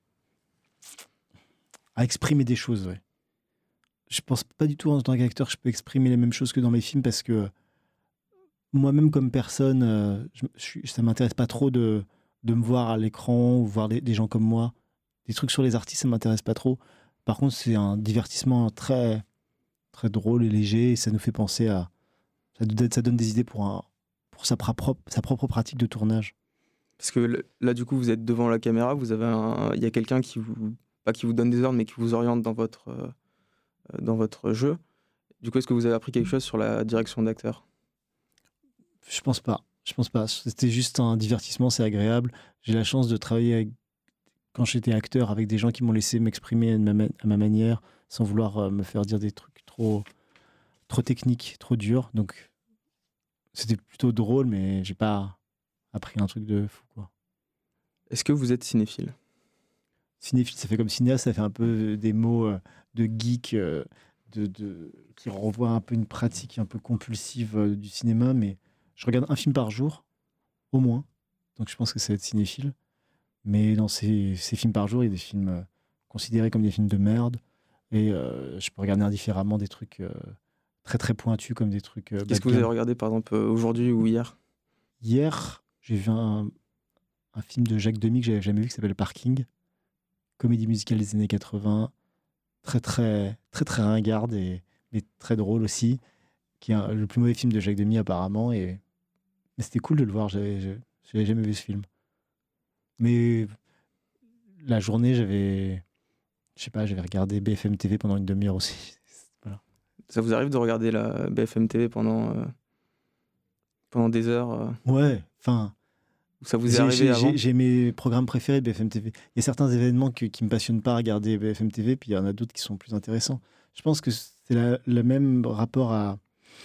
exprimer des choses. Ouais. Je pense pas du tout en tant qu'acteur que je peux exprimer les mêmes choses que dans mes films, parce que moi-même comme personne, ça m'intéresse pas trop de me voir à l'écran ou voir des gens comme moi. Des trucs sur les artistes, ça m'intéresse pas trop. Par contre, c'est un divertissement très, très drôle et léger, et ça nous fait penser à... Ça donne des idées pour sa propre pratique de tournage. Parce que là, du coup, vous êtes devant la caméra, il y a quelqu'un pas qui vous donne des ordres, mais qui vous oriente dans votre jeu. Du coup, est-ce que vous avez appris quelque chose sur la direction d'acteur? Je pense pas. C'était juste un divertissement, c'est agréable. J'ai la chance de travailler quand j'étais acteur avec des gens qui m'ont laissé m'exprimer à ma manière, sans vouloir me faire dire des trucs trop techniques, trop durs. Donc, c'était plutôt drôle, mais j'ai pas appris un truc de fou, quoi. Est-ce que vous êtes cinéphile? Cinéphile, ça fait comme cinéaste, ça fait un peu des mots de geek, qui renvoient un peu une pratique un peu compulsive du cinéma, mais je regarde un film par jour, au moins. Donc je pense que ça va être cinéphile. Mais dans ces films par jour, il y a des films considérés comme des films de merde. Et je peux regarder indifféremment des trucs très très pointus, comme des trucs... Qu'est-ce que vous avez regardé, par exemple, aujourd'hui ou hier? Hier, j'ai vu un film de Jacques Demy que j'avais jamais vu, qui s'appelle Parking. Comédie musicale des années 80. Très très très très ringarde, mais très drôle aussi. Qui est le plus mauvais film de Jacques Demy apparemment. Mais c'était cool de le voir, j'avais jamais vu ce film. Mais la journée, j'avais regardé BFM TV pendant une demi-heure aussi. Voilà. Ça vous arrive de regarder la BFM TV pendant des heures Ouais, enfin... Ça vous est arrivé avant? J'ai mes programmes préférés de BFM TV. Il y a certains événements qui me passionnent pas à regarder BFM TV, puis il y en a d'autres qui sont plus intéressants. Je pense que c'est le même rapport à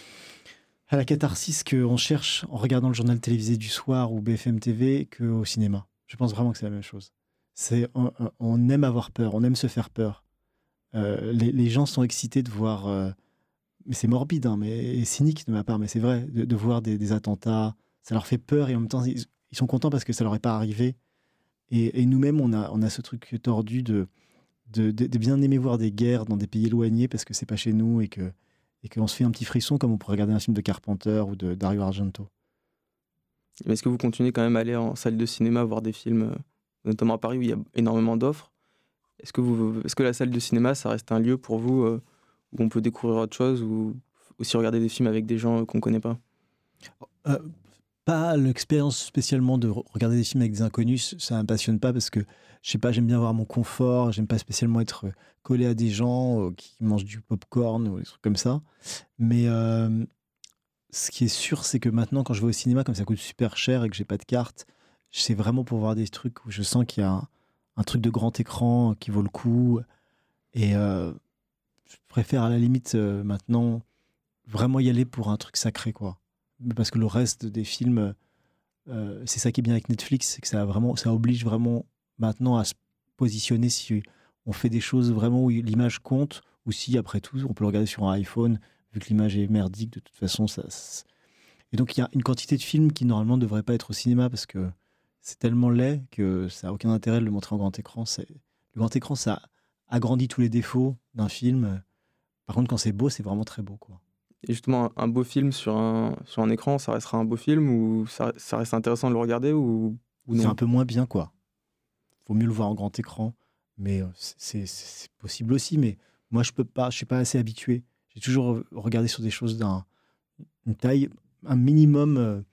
la catharsis qu'on cherche en regardant le journal télévisé du soir ou BFM TV qu'au cinéma. Je pense vraiment que c'est la même chose. On aime avoir peur, on aime se faire peur. Les gens sont excités de voir... mais c'est morbide, hein, et cynique de ma part, mais c'est vrai, de voir des attentats. Ça leur fait peur, et en même temps, ils sont contents parce que ça leur est pas arrivé. Et nous-mêmes, on a ce truc tordu de bien aimer voir des guerres dans des pays éloignés parce que c'est pas chez nous, et qu'on se fait un petit frisson comme on pourrait regarder un film de Carpenter ou de Dario Argento. Mais est-ce que vous continuez quand même à aller en salle de cinéma voir des films, notamment à Paris où il y a énormément d'offres? Est-ce que la salle de cinéma, ça reste un lieu pour vous où on peut découvrir autre chose, ou aussi regarder des films avec des gens qu'on connaît pas? Pas l'expérience spécialement de regarder des films avec des inconnus, ça ne me passionne pas, parce que je sais pas, j'aime bien avoir mon confort, j'aime pas spécialement être collé à des gens qui mangent du popcorn ou des trucs comme ça. Mais ce qui est sûr, c'est que maintenant, quand je vais au cinéma, comme ça coûte super cher et que j'ai pas de carte, c'est vraiment pour voir des trucs où je sens qu'il y a un truc de grand écran qui vaut le coup. Et je préfère à la limite maintenant vraiment y aller pour un truc sacré, quoi. Parce que le reste des films, c'est ça qui est bien avec Netflix, c'est que ça oblige vraiment maintenant à se positionner si on fait des choses vraiment où l'image compte, ou si après tout on peut le regarder sur un iPhone, vu que l'image est merdique de toute façon. Et donc il y a une quantité de films qui normalement ne devraient pas être au cinéma, parce que c'est tellement laid que ça n'a aucun intérêt de le montrer en grand écran. Le grand écran, ça agrandit tous les défauts d'un film. Par contre, quand c'est beau, c'est vraiment très beau, quoi. Et justement, un beau film sur un écran, ça restera un beau film ou ça reste intéressant de le regarder ou C'est non? un peu moins bien, quoi. Faut mieux le voir en grand écran, mais c'est possible aussi. Mais moi, je peux pas, je suis pas assez habitué. J'ai toujours regardé sur des choses une taille, un minimum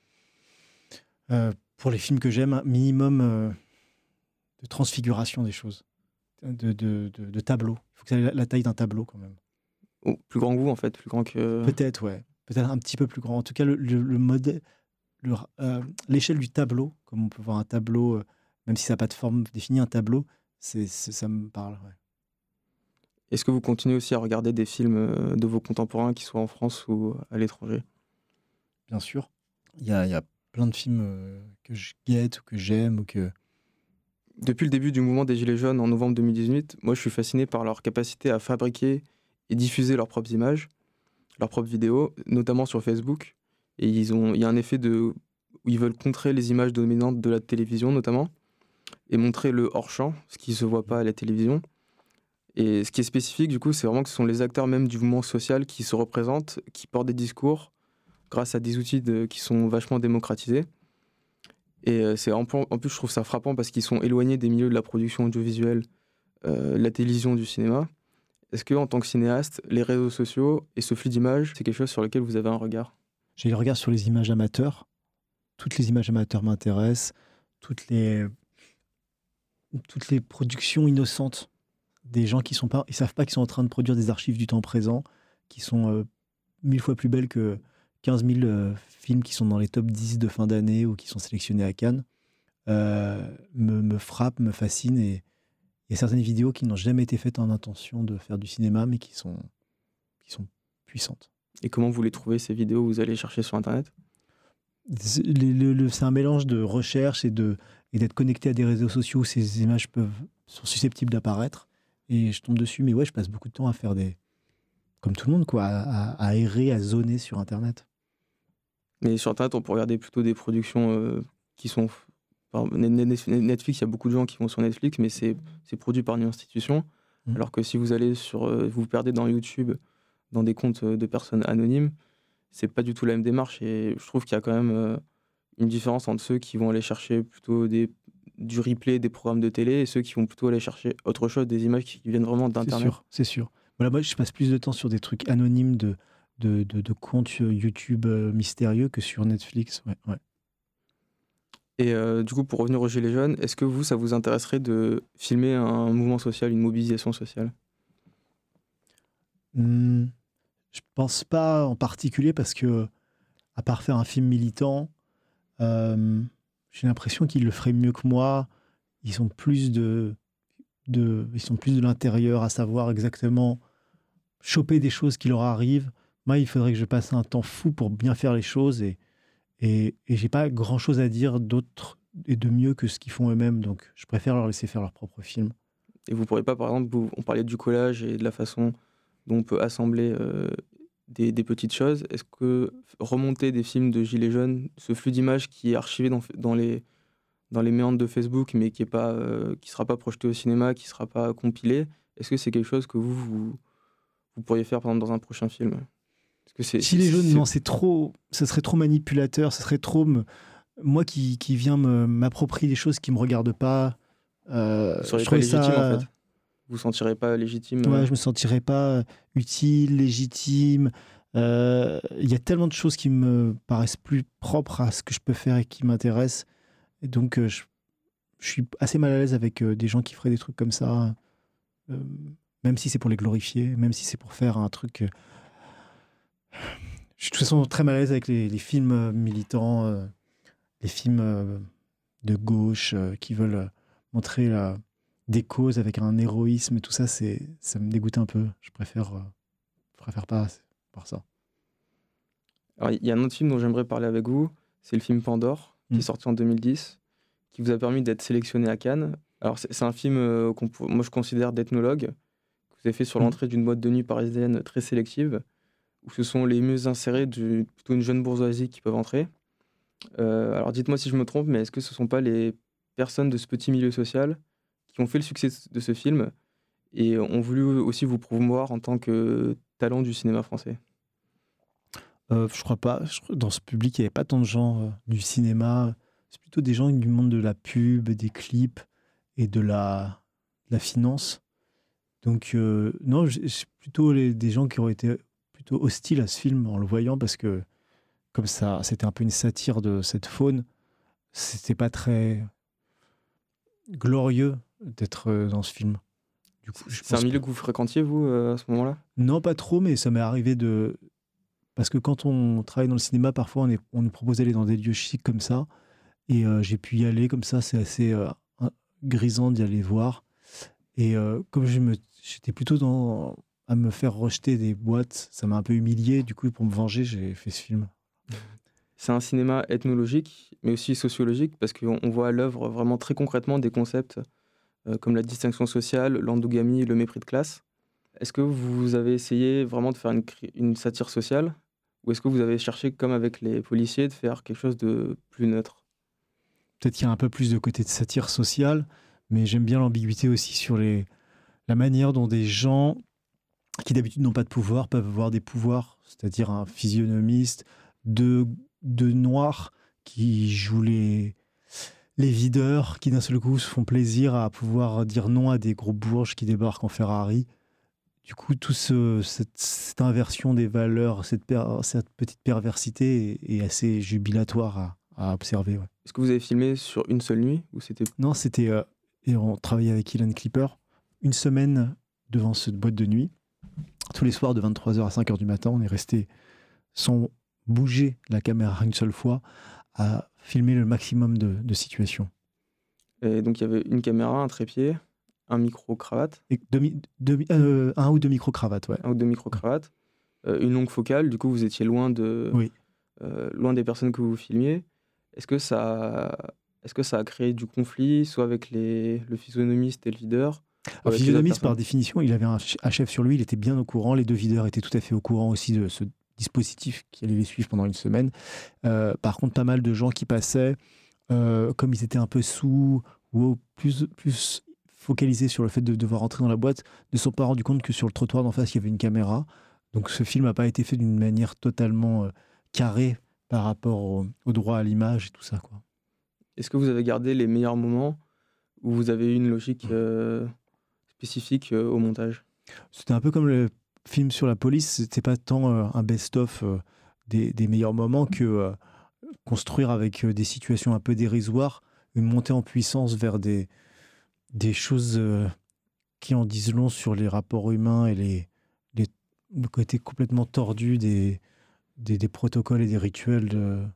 pour les films que j'aime, un minimum de transfiguration des choses, de tableau. Il faut que ça ait la taille d'un tableau quand même. Oh, plus grand que vous, en fait, plus grand que... Peut-être, ouais. Peut-être un petit peu plus grand. En tout cas, le modèle, l'échelle du tableau, comme on peut voir un tableau, même si ça n'a pas de forme définie, un tableau, ça me parle. Ouais. Est-ce que vous continuez aussi à regarder des films de vos contemporains, qui soient en France ou à l'étranger? Bien sûr. Il y a plein de films que je guette ou que j'aime. Depuis le début du mouvement des Gilets jaunes en novembre 2018, moi je suis fasciné par leur capacité à fabriquer et diffuser leurs propres images, leurs propres vidéos, notamment sur Facebook. Et il y a un effet où ils veulent contrer les images dominantes de la télévision notamment, et montrer le hors-champ, ce qui ne se voit pas à la télévision. Et ce qui est spécifique du coup, c'est vraiment que ce sont les acteurs même du mouvement social qui se représentent, qui portent des discours grâce à des outils qui sont vachement démocratisés. Et en plus, je trouve ça frappant parce qu'ils sont éloignés des milieux de la production audiovisuelle, de la télévision, du cinéma. Est-ce que, en tant que cinéaste, les réseaux sociaux et ce flux d'images, c'est quelque chose sur lequel vous avez un regard? J'ai le regard sur les images amateurs. Toutes les images amateurs m'intéressent. Toutes les productions innocentes des gens qui savent pas qu'ils sont en train de produire des archives du temps présent, qui sont 1000 fois plus belles que 15 000 films qui sont dans les top 10 de fin d'année ou qui sont sélectionnés à Cannes, me frappent, me fascinent. Et il y a certaines vidéos qui n'ont jamais été faites en intention de faire du cinéma, mais qui sont puissantes. Et comment vous les trouvez, ces vidéos? Vous allez chercher sur Internet? C'est un mélange de recherche et d'être connecté à des réseaux sociaux où ces images sont susceptibles d'apparaître. Et je tombe dessus, mais ouais, je passe beaucoup de temps à faire comme tout le monde, quoi, à errer, à zoner sur Internet. Mais sur Internet, on peut regarder plutôt des productions qui sont... Netflix, il y a beaucoup de gens qui vont sur Netflix, mais c'est produit par une institution. Alors que si vous allez vous vous perdez dans YouTube, dans des comptes de personnes anonymes, c'est pas du tout la même démarche. Et je trouve qu'il y a quand même une différence entre ceux qui vont aller chercher plutôt du replay des programmes de télé et ceux qui vont plutôt aller chercher autre chose, des images qui viennent vraiment d'Internet. C'est sûr. Voilà, moi, je passe plus de temps sur des trucs anonymes de comptes YouTube mystérieux que sur Netflix. Ouais. Et du coup, pour revenir aux Gilets jaunes, est-ce que ça vous intéresserait de filmer un mouvement social, une mobilisation sociale? Je pense pas en particulier parce que, à part faire un film militant, j'ai l'impression qu'ils le feraient mieux que moi. Ils sont plus de l'intérieur, à savoir exactement choper des choses qui leur arrivent. Moi, il faudrait que je passe un temps fou pour bien faire les choses et j'ai pas grand chose à dire d'autre et de mieux que ce qu'ils font eux-mêmes. Donc, je préfère leur laisser faire leur propre film. Et vous pourriez pas, par exemple, on parlait du collage et de la façon dont on peut assembler des petites choses. Est-ce que remonter des films de Gilets jaunes, ce flux d'images qui est archivé dans les méandres de Facebook, mais qui sera pas projeté au cinéma, qui sera pas compilé, est-ce que c'est quelque chose que vous pourriez faire, par exemple, dans un prochain film? Gilets jaunes, non, ça serait trop manipulateur, ça serait trop moi qui viens m'approprier des choses qui me regardent pas. Vous seriez pas légitime, en fait. Vous sentirez pas légitime. Ouais, je me sentirais pas utile, légitime. Il y a tellement de choses qui me paraissent plus propres à ce que je peux faire et qui m'intéressent. Et donc, je suis assez mal à l'aise avec des gens qui feraient des trucs comme ça, même si c'est pour les glorifier, même si c'est pour faire un truc. Je suis de toute façon très mal à l'aise avec les films militants, les films de gauche qui veulent montrer des causes avec un héroïsme et tout ça, ça me dégoûte un peu. Je préfère pas voir ça. Alors, il y a un autre film dont j'aimerais parler avec vous, c'est le film Pandore, qui est sorti en 2010, qui vous a permis d'être sélectionné à Cannes. Alors, c'est un film moi je considère d'ethnologue, que vous avez fait sur l'entrée d'une boîte de nuit parisienne très sélective, où ce sont les mieux insérés plutôt une jeune bourgeoisie qui peuvent entrer. Alors, dites-moi si je me trompe, mais est-ce que ce ne sont pas les personnes de ce petit milieu social qui ont fait le succès de ce film et ont voulu aussi vous promouvoir en tant que talents du cinéma français? Je crois pas. Dans ce public, il n'y avait pas tant de gens du cinéma. C'est plutôt des gens du monde de la pub, des clips et de la finance. Donc, non, c'est plutôt des gens qui auraient été plutôt hostiles à ce film en le voyant, parce que, comme ça, c'était un peu une satire de cette faune. C'était pas très glorieux d'être dans ce film. Du coup, je C'est un pense milieu pas. que vous fréquentiez, vous, à ce moment-là? Non, pas trop, mais ça m'est arrivé de. Parce que quand on travaille dans le cinéma, parfois on nous propose d'aller dans des lieux chics comme ça. Et j'ai pu y aller comme ça, c'est assez grisant d'y aller voir. Et comme j'étais plutôt à me faire rejeter des boîtes, ça m'a un peu humilié. Du coup, pour me venger, j'ai fait ce film. C'est un cinéma ethnologique, mais aussi sociologique, parce qu'on voit à l'œuvre vraiment très concrètement des concepts comme la distinction sociale, l'endogamie, le mépris de classe. Est-ce que vous avez essayé vraiment de faire une satire sociale, ou est-ce que vous avez cherché, comme avec les policiers, de faire quelque chose de plus neutre? Peut-être qu'il y a un peu plus de côté de satire sociale, mais j'aime bien l'ambiguïté aussi sur la manière dont des gens qui d'habitude n'ont pas de pouvoir peuvent avoir des pouvoirs, c'est-à-dire un physionomiste, de noirs qui jouent les videurs, qui d'un seul coup se font plaisir à pouvoir dire non à des gros bourges qui débarquent en Ferrari. Du coup, cette inversion des valeurs, cette petite perversité est assez jubilatoire à observer. Ouais. Est-ce que vous avez filmé sur une seule nuit, ou c'était... Non, c'était... et on travaillait avec Ilan Clipper une semaine devant cette boîte de nuit. Tous les soirs de 23h à 5h du matin, on est resté sans bouger la caméra une seule fois à filmer le maximum de situations. Et donc il y avait une caméra, un trépied, un micro-cravate, Et un ou deux micro-cravates, ouais. un ou deux micro-cravates, une longue focale. Du coup, vous étiez loin Oui. loin des personnes que vous filmiez. Est-ce que ça a créé du conflit, soit avec le physionomiste et le videur, ou Alors, avec les autres physionomiste, par personnes? définition, il avait un chef sur lui, il était bien au courant. Les deux videurs étaient tout à fait au courant aussi de ce dispositif qui allait les suivre pendant une semaine. Par contre, pas mal de gens qui passaient, comme ils étaient un peu sous ou plus focalisés sur le fait de devoir entrer dans la boîte, ne se sont pas rendus compte que sur le trottoir d'en face, il y avait une caméra. Donc ce film n'a pas été fait d'une manière totalement carrée par rapport au droit à l'image et tout ça, quoi. Est-ce que vous avez gardé les meilleurs moments, ou vous avez eu une logique spécifique au montage? C'était un peu comme le film sur la police, c'était pas tant un best-of des meilleurs moments que construire avec des situations un peu dérisoires, une montée en puissance vers des choses qui en disent long sur les rapports humains et le côté complètement tordu des protocoles et des rituels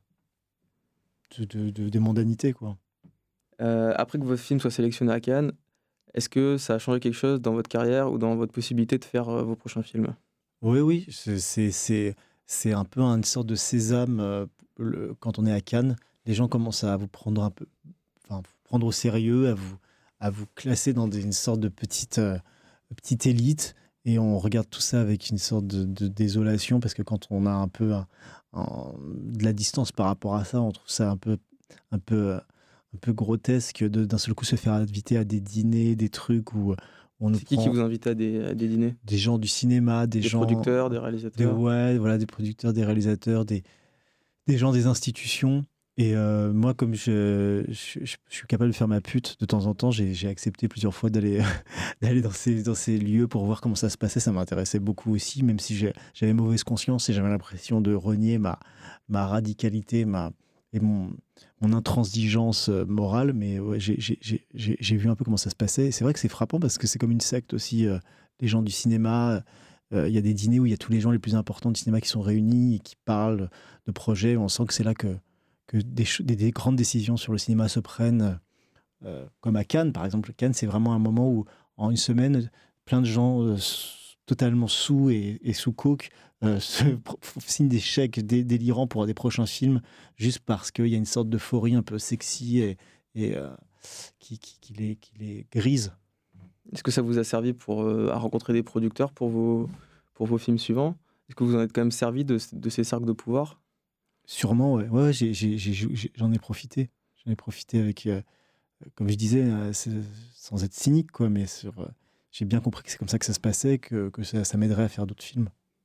des mondanités, quoi. Après que votre film soit sélectionné à Cannes, est-ce que ça a changé quelque chose dans votre carrière ou dans votre possibilité de faire vos prochains films? Oui, oui, c'est un peu une sorte de sésame quand on est à Cannes. Les gens commencent à vous prendre un peu, enfin, vous prendre au sérieux, à vous classer dans une sorte de petite élite. Et on regarde tout ça avec une sorte de désolation, parce que quand on a un peu de la distance par rapport à ça, on trouve ça un peu, un peu grotesque d'un seul coup se faire inviter à des dîners, des trucs où on nous C'est qui prend vous invite à des dîners? des gens du cinéma, des Des gens, producteurs, des réalisateurs? ouais, voilà, des producteurs, des réalisateurs, des gens des institutions. Et moi, comme je suis capable de faire ma pute de temps en temps, j'ai accepté plusieurs fois d'aller d'aller dans ces lieux pour voir comment ça se passait. Ça m'intéressait beaucoup aussi, même si j'avais mauvaise conscience et j'avais l'impression de renier ma radicalité et mon intransigeance morale. Mais ouais, j'ai vu un peu comment ça se passait. Et c'est vrai que c'est frappant parce que c'est comme une secte aussi. Les gens du cinéma, il y a des dîners où il y a tous les gens les plus importants du cinéma qui sont réunis et qui parlent de projets. On sent que c'est là que des grandes décisions sur le cinéma se prennent, comme à Cannes, par exemple. Cannes, c'est vraiment un moment où, en une semaine, plein de gens totalement sous et sous coke signent des chèques délirants pour des prochains films, juste parce qu'il y a une sorte d'euphorie un peu sexy et qui les grise. Est-ce que ça vous a servi à rencontrer des producteurs pour vos films suivants? Est-ce que vous en êtes quand même servi de ces cercles de pouvoir? Sûrement, ouais. Ouais, j'en ai profité. J'en ai profité avec, comme je disais, sans être cynique, quoi, mais j'ai bien compris que c'est comme ça que ça se passait, que ça m'aiderait à faire d'autres films.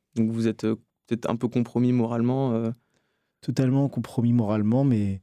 Donc vous êtes peut-être un peu compromis moralement. Totalement compromis moralement, mais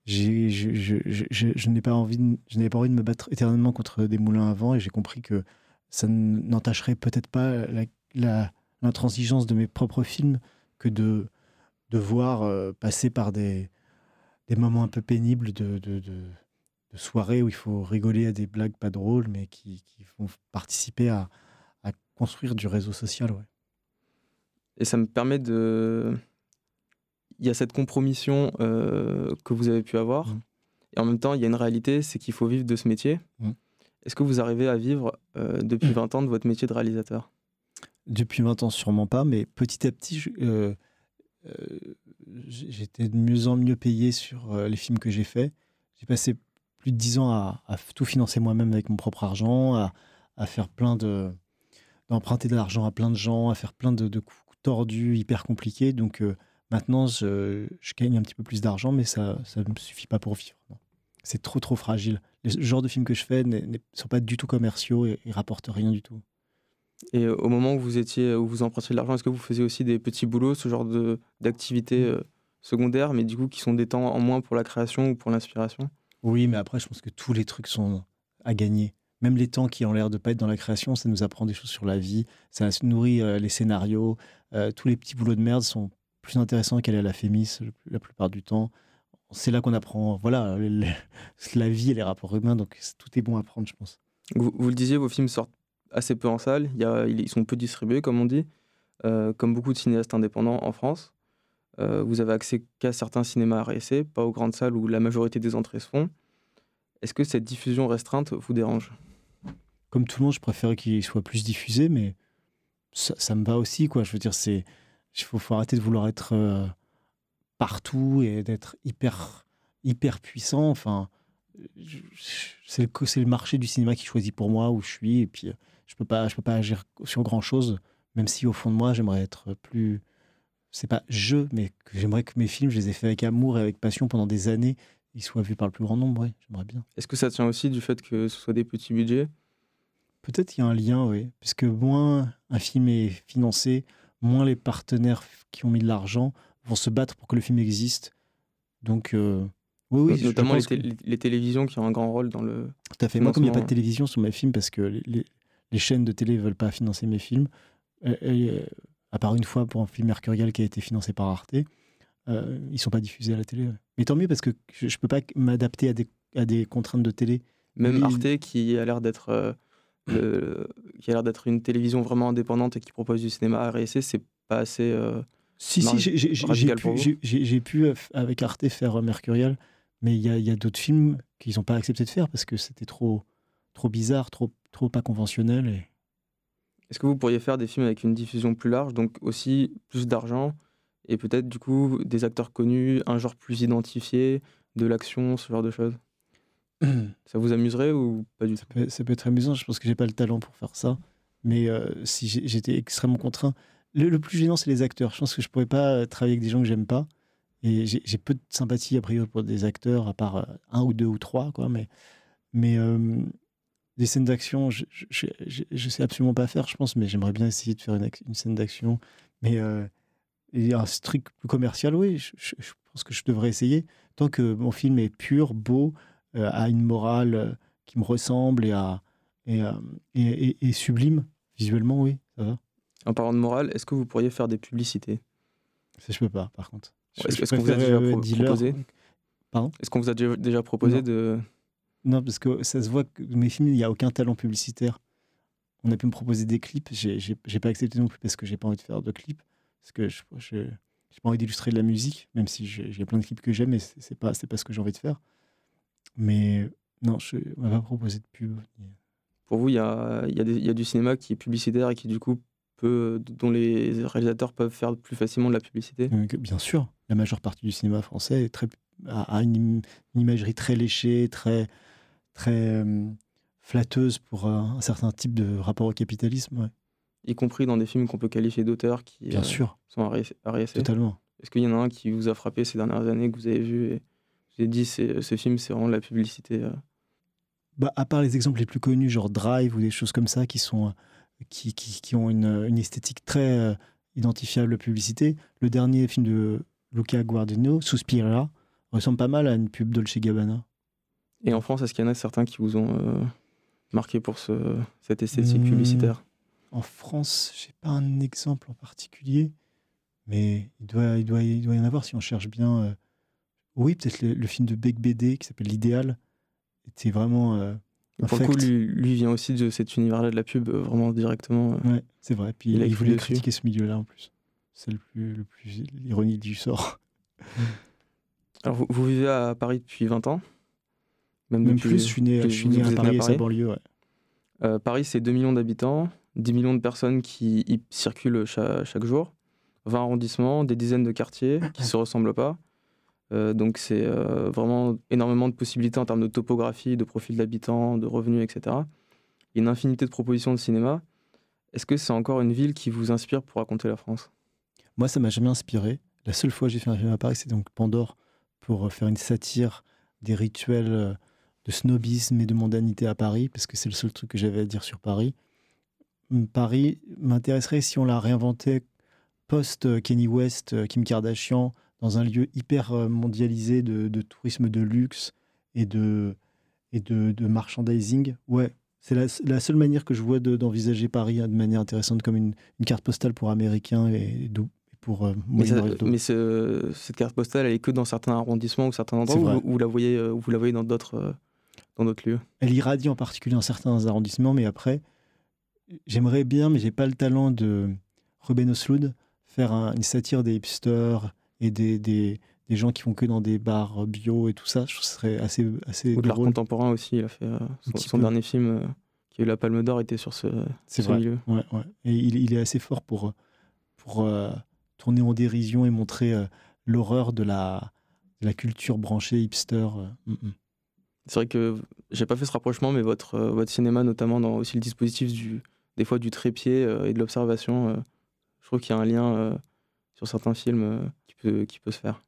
je n'ai pas envie je n'avais pas envie de me battre éternellement contre des moulins à vent, et j'ai compris que ça n'entacherait peut-être pas l'intransigeance de mes propres films que de voir passer par des moments un peu pénibles de soirée où il faut rigoler à des blagues pas drôles, mais qui vont participer à construire du réseau social. Ouais. Et ça me permet de... Il y a cette compromission que vous avez pu avoir. Et en même temps, il y a une réalité, c'est qu'il faut vivre de ce métier. Est-ce que vous arrivez à vivre depuis 20 ans de votre métier de réalisateur ? Depuis 20 ans, sûrement pas, mais petit à petit, j'étais de mieux en mieux payé sur les films que j'ai faits. J'ai passé plus de 10 ans à tout financer moi-même avec mon propre argent, à faire d'emprunter de l'argent à plein de gens, à faire plein de coups tordus, hyper compliqués. Donc maintenant, je gagne un petit peu plus d'argent, mais ça ne me suffit pas pour vivre. Non. C'est trop fragile. Les genres de films que je fais ne sont pas du tout commerciaux et rapportent rien du tout. Et au moment où vous empruntiez de l'argent, est-ce que vous faisiez aussi des petits boulots, ce genre d'activités secondaires, mais du coup qui sont des temps en moins pour la création ou pour l'inspiration ? Oui, mais après, je pense que tous les trucs sont à gagner. Même les temps qui ont l'air de pas être dans la création, ça nous apprend des choses sur la vie, ça nourrit les scénarios. Tous les petits boulots de merde sont plus intéressants qu'aller à la Fémis la plupart du temps. C'est là qu'on apprend, voilà, la vie et les rapports humains, donc tout est bon à prendre, je pense. Vous le disiez, vos films sortent assez peu en salle, ils sont peu distribués, comme on dit, comme beaucoup de cinéastes indépendants en France. Vous avez accès qu'à certains cinémas RSC, pas aux grandes salles où la majorité des entrées se font. Est-ce que cette diffusion restreinte vous dérange ? Comme tout le monde, je préfère qu'il soit plus diffusé, mais ça me va aussi, quoi. Je veux dire, il faut arrêter de vouloir être partout et d'être hyper puissant. Enfin, c'est le marché du cinéma qui choisit pour moi où je suis, et puis je peux pas agir sur grand chose, même si au fond de moi j'aimerais être plus, c'est pas mais que j'aimerais que mes films, je les ai faits avec amour et avec passion pendant des années, ils soient vus par le plus grand nombre. Ouais, j'aimerais bien. Est-ce que ça tient aussi du fait que ce soit des petits budgets ? Peut-être qu'il y a un lien, oui, puisque moins un film est financé, moins les partenaires qui ont mis de l'argent vont se battre pour que le film existe. Donc oui, notamment les télévisions qui ont un grand rôle dans le... Tout à fait. Moi, comme il n'y a pas de télévision sur mes films, parce que les chaînes de télé ne veulent pas financer mes films, à part une fois pour un film Mercurial qui a été financé par Arte, ils ne sont pas diffusés à la télé. Ouais. Mais tant mieux, parce que je ne peux pas m'adapter à des contraintes de télé. Même Arte, qui a l'air d'être une télévision vraiment indépendante et qui propose du cinéma à RSC, c'est pas assez... J'ai pu avec Arte faire Mercurial, mais il y a d'autres films qu'ils n'ont pas accepté de faire parce que c'était trop bizarre, trop pas conventionnel. Est-ce que vous pourriez faire des films avec une diffusion plus large, donc aussi plus d'argent, et peut-être du coup des acteurs connus, un genre plus identifié, de l'action, ce genre de choses ? Ça vous amuserait ou pas du tout ? Ça peut être amusant, je pense que j'ai pas le talent pour faire ça, mais si j'étais extrêmement contraint. Le plus gênant, c'est les acteurs. Je pense que je pourrais pas travailler avec des gens que j'aime pas. Et j'ai peu de sympathie, a priori, pour des acteurs, à part un ou deux ou trois, quoi. Mais des scènes d'action, je sais absolument pas faire, je pense, mais j'aimerais bien essayer de faire une scène d'action. Mais et un truc plus commercial, oui, je pense que je devrais essayer. Tant que mon film est pur, beau, a une morale qui me ressemble et sublime, visuellement, oui, ça va. En parlant de morale, est-ce que vous pourriez faire des publicités ? Ça, je peux pas, par contre. Est-ce qu'on vous a déjà proposé ? Pardon ? Est-ce qu'on vous a déjà proposé de... Non, parce que ça se voit que mes films, il n'y a aucun talent publicitaire. On a pu me proposer des clips, j'ai pas accepté non plus parce que j'ai pas envie de faire de clips, parce que j'ai pas envie d'illustrer de la musique, même si j'ai plein de clips que j'aime, mais c'est pas ce que j'ai envie de faire. Mais non, on m'a pas proposé de pub. Pour vous, il y a du cinéma qui est publicitaire et qui du coup dont les réalisateurs peuvent faire plus facilement de la publicité ? Bien sûr, la majeure partie du cinéma français a une imagerie très léchée, très flatteuse pour un certain type de rapport au capitalisme. Ouais. Y compris dans des films qu'on peut qualifier d'auteurs qui Bien sûr. sont RSC. Totalement. Est-ce qu'il y en a un qui vous a frappé ces dernières années, que vous avez vu et vous avez dit ce film, c'est vraiment de la publicité à part les exemples les plus connus, genre Drive ou des choses comme ça, qui ont une esthétique très identifiable publicité. Le dernier film de Luca Guadagnino, Suspiria, ressemble pas mal à une pub Dolce & Gabbana. Et en France, est-ce qu'il y en a certains qui vous ont marqué pour cette esthétique publicitaire? En France, je n'ai pas un exemple en particulier, mais il doit y en avoir si on cherche bien. Oui, peut-être le film de Beck BD qui s'appelle L'Idéal était vraiment pour le coup, lui vient aussi de cet univers-là de la pub, vraiment directement. Ouais, c'est vrai. Puis il voulait critiquer ce milieu-là en plus. C'est le plus ironique du sort. Alors, vous vivez à Paris depuis 20 ans? Même plus, je suis né à Paris et sa banlieue. Ouais. Paris, c'est 2 millions d'habitants, 10 millions de personnes qui y circulent chaque jour, 20 arrondissements, des dizaines de quartiers qui ne se ressemblent pas. Donc c'est vraiment énormément de possibilités en termes de topographie, de profil d'habitants, de revenus, etc. Il y a une infinité de propositions de cinéma. Est-ce que c'est encore une ville qui vous inspire pour raconter la France? Moi, ça m'a jamais inspiré. La seule fois que j'ai fait un film à Paris, c'est donc Pandore, pour faire une satire des rituels de snobisme et de mondanité à Paris, parce que c'est le seul truc que j'avais à dire sur Paris. Paris m'intéresserait si on la réinventait post-Kanye West, Kim Kardashian, dans un lieu hyper mondialisé de tourisme de luxe et de merchandising. Ouais, c'est la seule manière que je vois d'envisager Paris de manière intéressante, comme une carte postale pour Américains et pour Moyen-Orientaux. Mais cette carte postale, elle est que dans certains arrondissements ou certains endroits, où vous la voyez dans d'autres lieux? Elle irradie en particulier dans certains arrondissements, mais après, j'aimerais bien, mais j'ai pas le talent de Ruben Östlund, faire une satire des hipsters et des gens qui vont que dans des bars bio et tout ça. Je trouve que ce serait assez ou de l'art contemporain aussi. Il a fait son dernier film qui a eu la Palme d'Or était sur ce milieu. Ouais. Et il est assez fort pour tourner en dérision et montrer l'horreur de la culture branchée hipster. C'est vrai que j'ai pas fait ce rapprochement, mais votre cinéma, notamment dans aussi le dispositif des fois du trépied et de l'observation, je trouve qu'il y a un lien sur certains films qui peut se faire.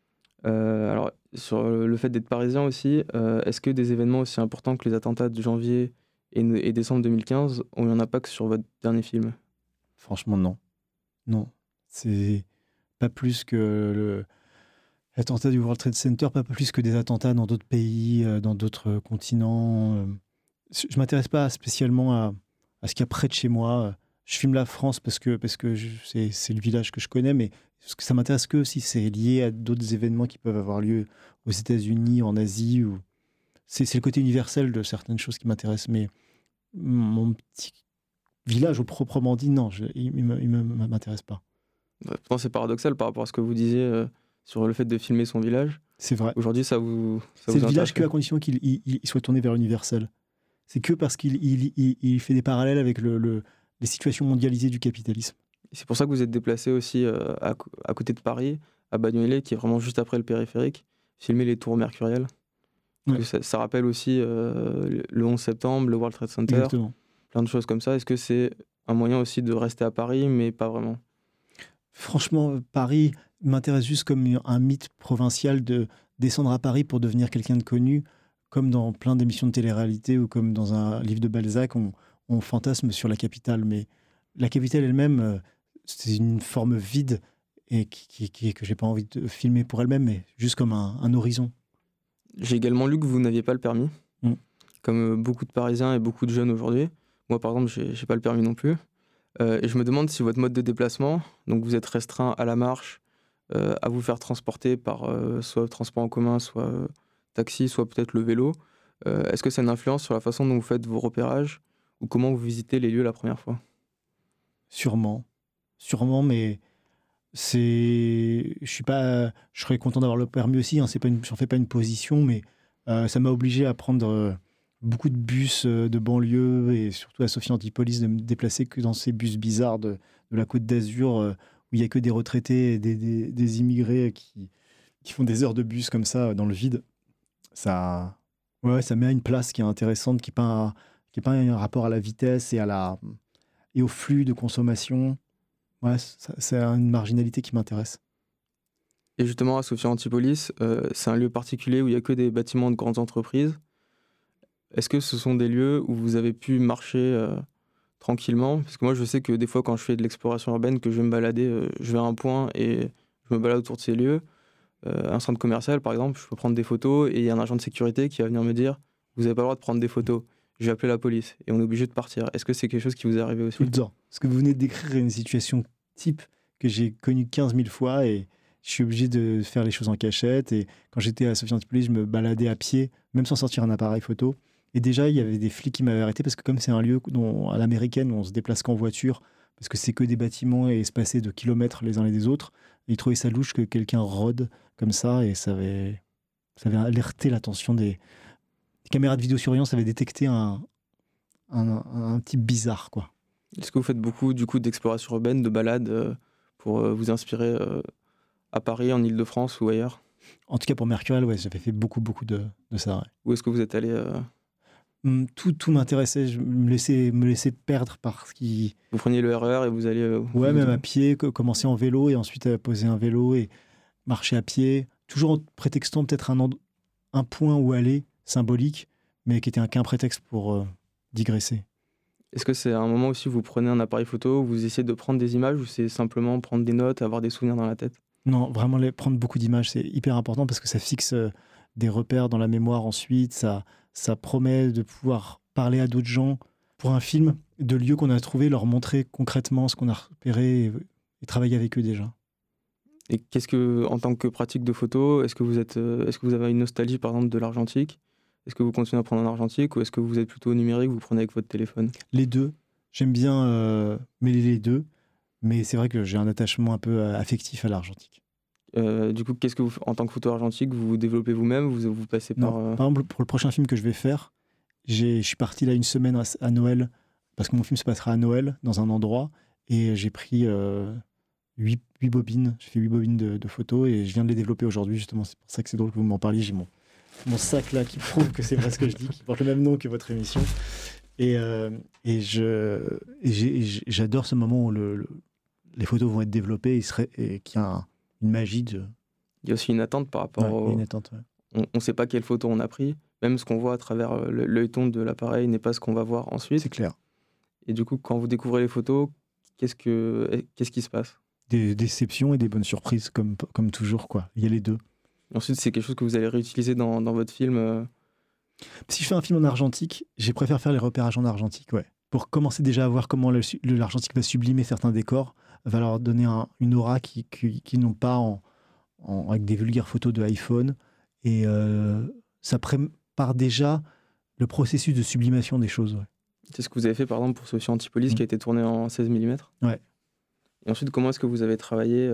Alors, sur le fait d'être parisien aussi, est-ce que des événements aussi importants que les attentats de janvier et décembre 2015 ont eu un impact sur votre dernier film? Franchement, non. Non. C'est pas plus que l'attentat du World Trade Center, pas plus que des attentats dans d'autres pays, dans d'autres continents. Je m'intéresse pas spécialement à ce qu'il y a près de chez moi. Je filme la France parce que c'est le village que je connais, mais ça m'intéresse que si c'est lié à d'autres événements qui peuvent avoir lieu aux États-Unis, en Asie. C'est le côté universel de certaines choses qui m'intéressent. Mais mon petit village, au proprement dit, non, il ne m'intéresse pas. Pourtant, c'est paradoxal par rapport à ce que vous disiez sur le fait de filmer son village. C'est vrai. Aujourd'hui, ça vous c'est le village qu'à condition qu'il soit tourné vers l'universel. C'est que parce qu'il fait des parallèles avec les situations mondialisées du capitalisme. Et c'est pour ça que vous êtes déplacé aussi à côté de Paris, à Bagnolet, qui est vraiment juste après le périphérique, filmer les tours mercurielles. Ouais. Ça rappelle aussi le 11 septembre, le World Trade Center. Exactement. Plein de choses comme ça. Est-ce que c'est un moyen aussi de rester à Paris, mais pas vraiment? Franchement, Paris m'intéresse juste comme un mythe provincial de descendre à Paris pour devenir quelqu'un de connu, comme dans plein d'émissions de télé-réalité ou comme dans un livre de Balzac, on fantasme sur la capitale. Mais la capitale elle-même, c'est une forme vide et que j'ai pas envie de filmer pour elle-même, mais juste comme un horizon. J'ai également lu que vous n'aviez pas le permis, comme beaucoup de Parisiens et beaucoup de jeunes aujourd'hui. Moi, par exemple, j'ai pas le permis non plus. Et je me demande si votre mode de déplacement, donc vous êtes restreint à la marche, à vous faire transporter par soit transport en commun, soit taxi, soit peut-être le vélo, est-ce que ça a une influence sur la façon dont vous faites vos repérages ou comment vous visitez les lieux la première fois? Sûrement, mais je serais content d'avoir le permis aussi, hein, j'en fais pas une position, mais ça m'a obligé à prendre beaucoup de bus de banlieue et surtout à Sophie Antipolis, de me déplacer que dans ces bus bizarres de la Côte d'Azur où il n'y a que des retraités et des immigrés qui font des heures de bus comme ça dans le vide. Ça met à une place qui est intéressante, qui n'est pas un rapport à la vitesse et au flux de consommation. Ouais, c'est une marginalité qui m'intéresse. Et justement, à Sophia Antipolis, c'est un lieu particulier où il n'y a que des bâtiments de grandes entreprises. Est-ce que ce sont des lieux où vous avez pu marcher tranquillement? Parce que moi, je sais que des fois, quand je fais de l'exploration urbaine, que je vais me balader, je vais à un point et je me balade autour de ces lieux. Un centre commercial, par exemple, je peux prendre des photos et il y a un agent de sécurité qui va venir me dire vous n'avez pas le droit de prendre des photos. Je vais appeler la police et on est obligé de partir. Est-ce que c'est quelque chose qui vous est arrivé aussi? Tout le temps. Parce que vous venez de décrire une situation type que j'ai connue 15 000 fois et je suis obligé de faire les choses en cachette. Et quand j'étais à Sophie Antipolis, je me baladais à pied, même sans sortir un appareil photo. Et déjà, il y avait des flics qui m'avaient arrêté parce que comme c'est un lieu à l'américaine où on se déplace qu'en voiture, parce que c'est que des bâtiments et espacés de kilomètres les uns et les autres, ils trouvaient ça louche que quelqu'un rôde comme ça et ça avait alerté l'attention des caméras de vidéosurveillance, avaient détecté un type bizarre, quoi. Est-ce que vous faites beaucoup du coup d'exploration urbaine, de balades pour vous inspirer à Paris, en Île-de-France ou ailleurs? En tout cas, pour Mercurial, ouais, j'avais fait beaucoup de ça. Ouais. Où est-ce que vous êtes allé Tout m'intéressait. Je me laissais perdre par ce qui... Vous preniez le RER et vous alliez... Ouais, même à pied, commencer en vélo et ensuite poser un vélo et marcher à pied. Toujours en prétextant peut-être un point où aller, symbolique, mais qui était qu'un prétexte pour digresser. Est-ce que c'est un moment aussi où vous prenez un appareil photo, où vous essayez de prendre des images ou c'est simplement prendre des notes, avoir des souvenirs dans la tête? Non, vraiment prendre beaucoup d'images, c'est hyper important parce que ça fixe des repères dans la mémoire ensuite. Ça promet de pouvoir parler à d'autres gens pour un film, de lieux qu'on a trouvés, leur montrer concrètement ce qu'on a repéré et travailler avec eux déjà. Et qu'est-ce que, en tant que pratique de photo, est-ce que vous avez une nostalgie par exemple de l'argentique? Est-ce que vous continuez à prendre en argentique ou est-ce que vous êtes plutôt au numérique, vous prenez avec votre téléphone? Les deux. J'aime bien mêler les deux, mais c'est vrai que j'ai un attachement un peu affectif à l'argentique. Du coup, qu'est-ce que vous, en tant que photo argentique, vous développez vous-même, vous passez par... Par exemple, pour le prochain film que je vais faire, je suis parti là une semaine à Noël, parce que mon film se passera à Noël, dans un endroit, et j'ai pris 8 bobines. J'ai fait 8 bobines de photos, et je viens de les développer aujourd'hui, justement. C'est pour ça que c'est drôle que vous m'en parliez. J'ai mon sac là qui prouve que c'est vrai ce que je dis, qui porte le même nom que votre émission. Et j'adore ce moment où les photos vont être développées et qu'il y a une magie de... Il y a aussi une attente par rapport une attente, ouais. On ne sait pas quelle photo on a pris. Même ce qu'on voit à travers l'œilleton de l'appareil n'est pas ce qu'on va voir ensuite. C'est clair. Et du coup, quand vous découvrez les photos, qu'est-ce qui se passe? Des déceptions et des bonnes surprises, comme toujours, quoi. Il y a les deux. Ensuite, c'est quelque chose que vous allez réutiliser dans votre film Si je fais un film en argentique, je préfère faire les repérages en argentique, ouais. Pour commencer déjà à voir comment l'argentique va sublimer certains décors, va leur donner une aura qui n'ont pas avec des vulgaires photos de iPhone. Et ça prépare déjà le processus de sublimation des choses. Ouais. C'est ce que vous avez fait par exemple pour Sophie Antipolis qui a été tourné en 16 mm. Ouais. Et ensuite, comment est-ce que vous avez travaillé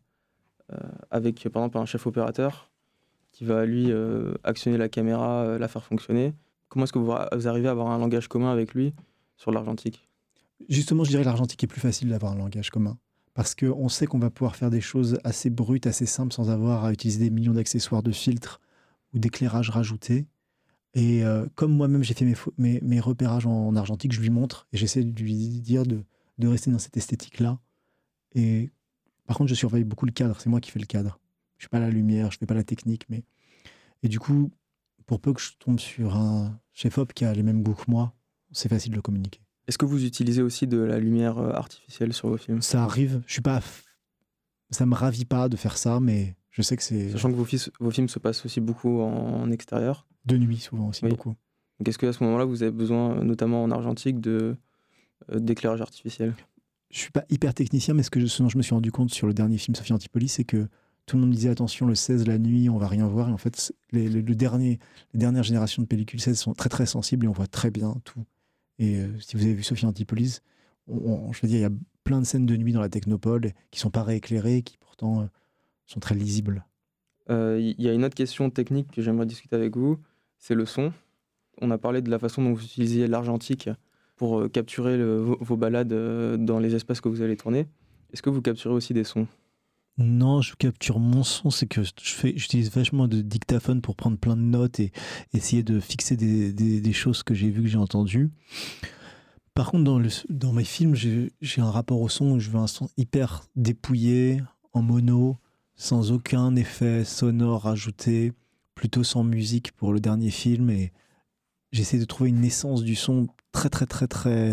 avec par exemple un chef opérateur qui va lui actionner la caméra, la faire fonctionner? Comment est-ce que vous arrivez à avoir un langage commun avec lui sur l'argentique? Justement, je dirais que l'argentique est plus facile d'avoir un langage commun. Parce qu'on sait qu'on va pouvoir faire des choses assez brutes, assez simples, sans avoir à utiliser des millions d'accessoires de filtres ou d'éclairage rajouté. Et comme moi-même, j'ai fait mes repérages en argentique, je lui montre et j'essaie de lui dire de rester dans cette esthétique-là. Et par contre, je surveille beaucoup le cadre. C'est moi qui fais le cadre. Je ne fais pas la lumière, je ne fais pas la technique. Et du coup, pour peu que je tombe sur un chef-op qui a les mêmes goûts que moi, c'est facile de le communiquer. Est-ce que vous utilisez aussi de la lumière artificielle sur vos films? Ça arrive. Ça me ravit pas de faire ça, mais je sais que c'est... Sachant que vos films se passent aussi beaucoup en extérieur. De nuit, souvent aussi, beaucoup. Donc est-ce qu'à ce moment-là, vous avez besoin, notamment en argentique, d'éclairage artificiel? Je suis pas hyper technicien, mais ce dont je me suis rendu compte sur le dernier film Sophie Antipolis, c'est que tout le monde disait attention, le 16, la nuit, on va rien voir. Et en fait, les dernières générations de pellicules 16 sont très très sensibles et on voit très bien tout. Et si vous avez vu Sophie Antipolis, je veux dire, il y a plein de scènes de nuit dans la Technopole qui sont pas rééclairées, qui pourtant sont très lisibles. Il y a une autre question technique que j'aimerais discuter avec vous, c'est le son. On a parlé de la façon dont vous utilisiez l'argentique pour capturer vos balades dans les espaces que vous allez tourner. Est-ce que vous capturez aussi des sons? Non, je capture mon son, c'est que j'utilise vachement de dictaphone pour prendre plein de notes et essayer de fixer des choses que j'ai vues, que j'ai entendues. Par contre, dans mes films, j'ai un rapport au son où je veux un son hyper dépouillé, en mono, sans aucun effet sonore ajouté, plutôt sans musique pour le dernier film. Et j'essaie de trouver une essence du son très, très, très, très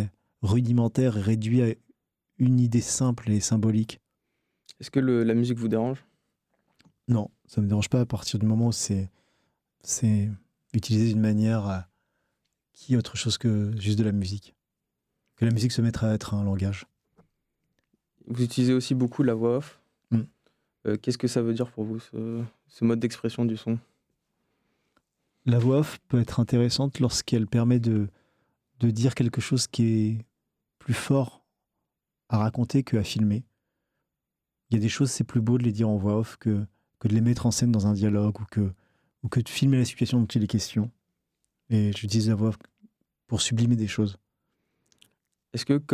rudimentaire et réduit à une idée simple et symbolique. Est-ce que la musique vous dérange ? Non, ça ne me dérange pas à partir du moment où c'est utilisé d'une manière qui est autre chose que juste de la musique. Que la musique se mette à être un langage. Vous utilisez aussi beaucoup la voix off. Qu'est-ce que ça veut dire pour vous, ce mode d'expression du son ? La voix off peut être intéressante lorsqu'elle permet de dire quelque chose qui est plus fort à raconter qu'à filmer. Il y a des choses, c'est plus beau de les dire en voix off que de les mettre en scène dans un dialogue ou que de filmer la situation dont il est question. Et j'utilise la voix off pour sublimer des choses. Est-ce que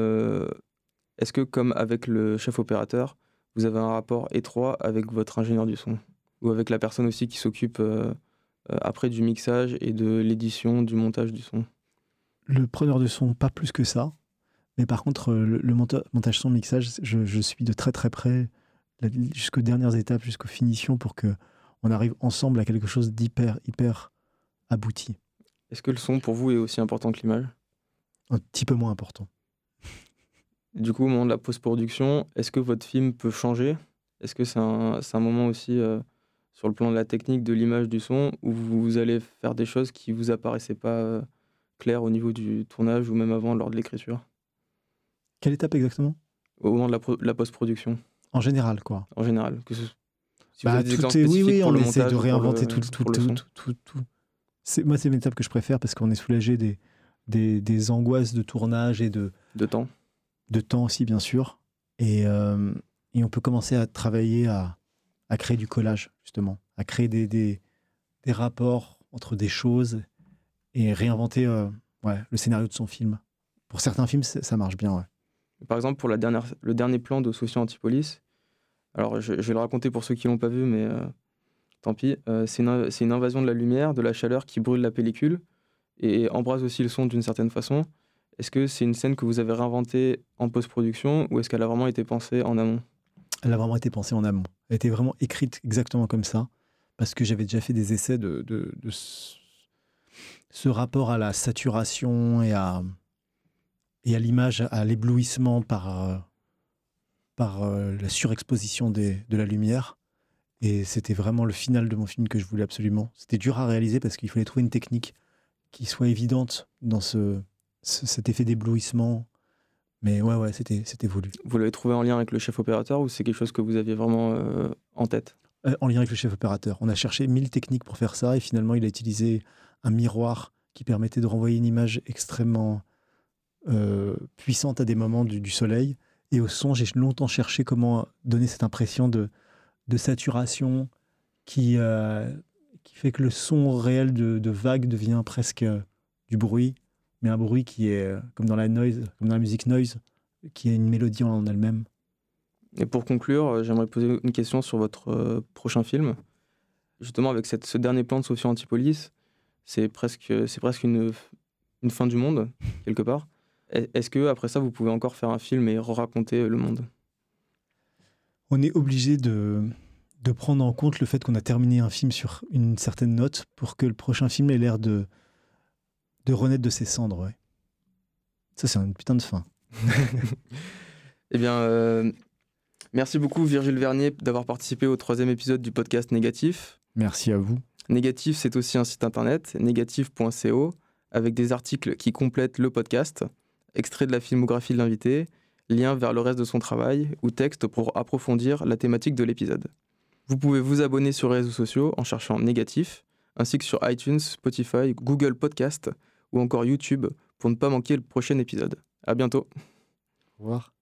comme avec le chef opérateur, vous avez un rapport étroit avec votre ingénieur du son ? Ou avec la personne aussi qui s'occupe après du mixage et de l'édition, du montage du son ? Le preneur de son, pas plus que ça. Mais par contre, le montage son, mixage, je suis de très très près jusqu'aux dernières étapes, jusqu'aux finitions pour qu'on arrive ensemble à quelque chose d'hyper, hyper abouti. Est-ce que le son pour vous est aussi important que l'image ? Un petit peu moins important. Du coup, au moment de la post-production, est-ce que votre film peut changer ? Est-ce que c'est un moment aussi sur le plan de la technique, de l'image, du son, où vous allez faire des choses qui ne vous apparaissaient pas claires au niveau du tournage ou même avant, lors de l'écriture ? Quelle étape exactement ? Au moment de la post-production. En général, quoi. En général. Si bah, vous avez des exemples oui, spécifiques pour on le essaie montage, de réinventer tout. Moi, c'est une étape que je préfère parce qu'on est soulagé des angoisses de tournage et de temps. De temps aussi, bien sûr. Et on peut commencer à travailler à créer du collage, justement. À créer des rapports entre des choses et réinventer le scénario de son film. Pour certains films, ça marche bien, ouais. Par exemple, pour le dernier plan de Sophie Antipolis, alors je vais le raconter pour ceux qui ne l'ont pas vu, mais tant pis, c'est une invasion de la lumière, de la chaleur qui brûle la pellicule et embrase aussi le son d'une certaine façon. Est-ce que c'est une scène que vous avez réinventée en post-production ou est-ce qu'elle a vraiment été pensée en amont ? Elle a vraiment été pensée en amont. Elle a été vraiment écrite exactement comme ça, parce que j'avais déjà fait des essais de ce rapport à la saturation et à l'image, à l'éblouissement par la surexposition de la lumière. Et c'était vraiment le final de mon film que je voulais absolument. C'était dur à réaliser parce qu'il fallait trouver une technique qui soit évidente dans cet effet d'éblouissement. Mais ouais, c'était voulu. Vous l'avez trouvé en lien avec le chef opérateur ou c'est quelque chose que vous aviez vraiment en tête ? En lien avec le chef opérateur. On a cherché 1000 techniques pour faire ça et finalement il a utilisé un miroir qui permettait de renvoyer une image extrêmement puissante à des moments du soleil. Et au son, j'ai longtemps cherché comment donner cette impression de saturation qui fait que le son réel de vague devient presque du bruit, mais un bruit qui est comme dans la musique noise, qui a une mélodie en elle-même. Et pour conclure, j'aimerais poser une question sur votre prochain film. Justement, avec ce dernier plan de Sophie Antipolis, c'est presque une fin du monde, quelque part. Est-ce que après ça, vous pouvez encore faire un film et raconter le monde ? On est obligé de prendre en compte le fait qu'on a terminé un film sur une certaine note pour que le prochain film ait l'air de renaître de ses cendres. Ouais. Ça, c'est une putain de fin. Eh bien, merci beaucoup Virgile Vernier d'avoir participé au 3e épisode du podcast Négatif. Merci à vous. Négatif, c'est aussi un site internet, négatif.co, avec des articles qui complètent le podcast, extraits de la filmographie de l'invité, liens vers le reste de son travail ou textes pour approfondir la thématique de l'épisode. Vous pouvez vous abonner sur les réseaux sociaux en cherchant Négatif, ainsi que sur iTunes, Spotify, Google Podcast ou encore YouTube pour ne pas manquer le prochain épisode. À bientôt. Au revoir.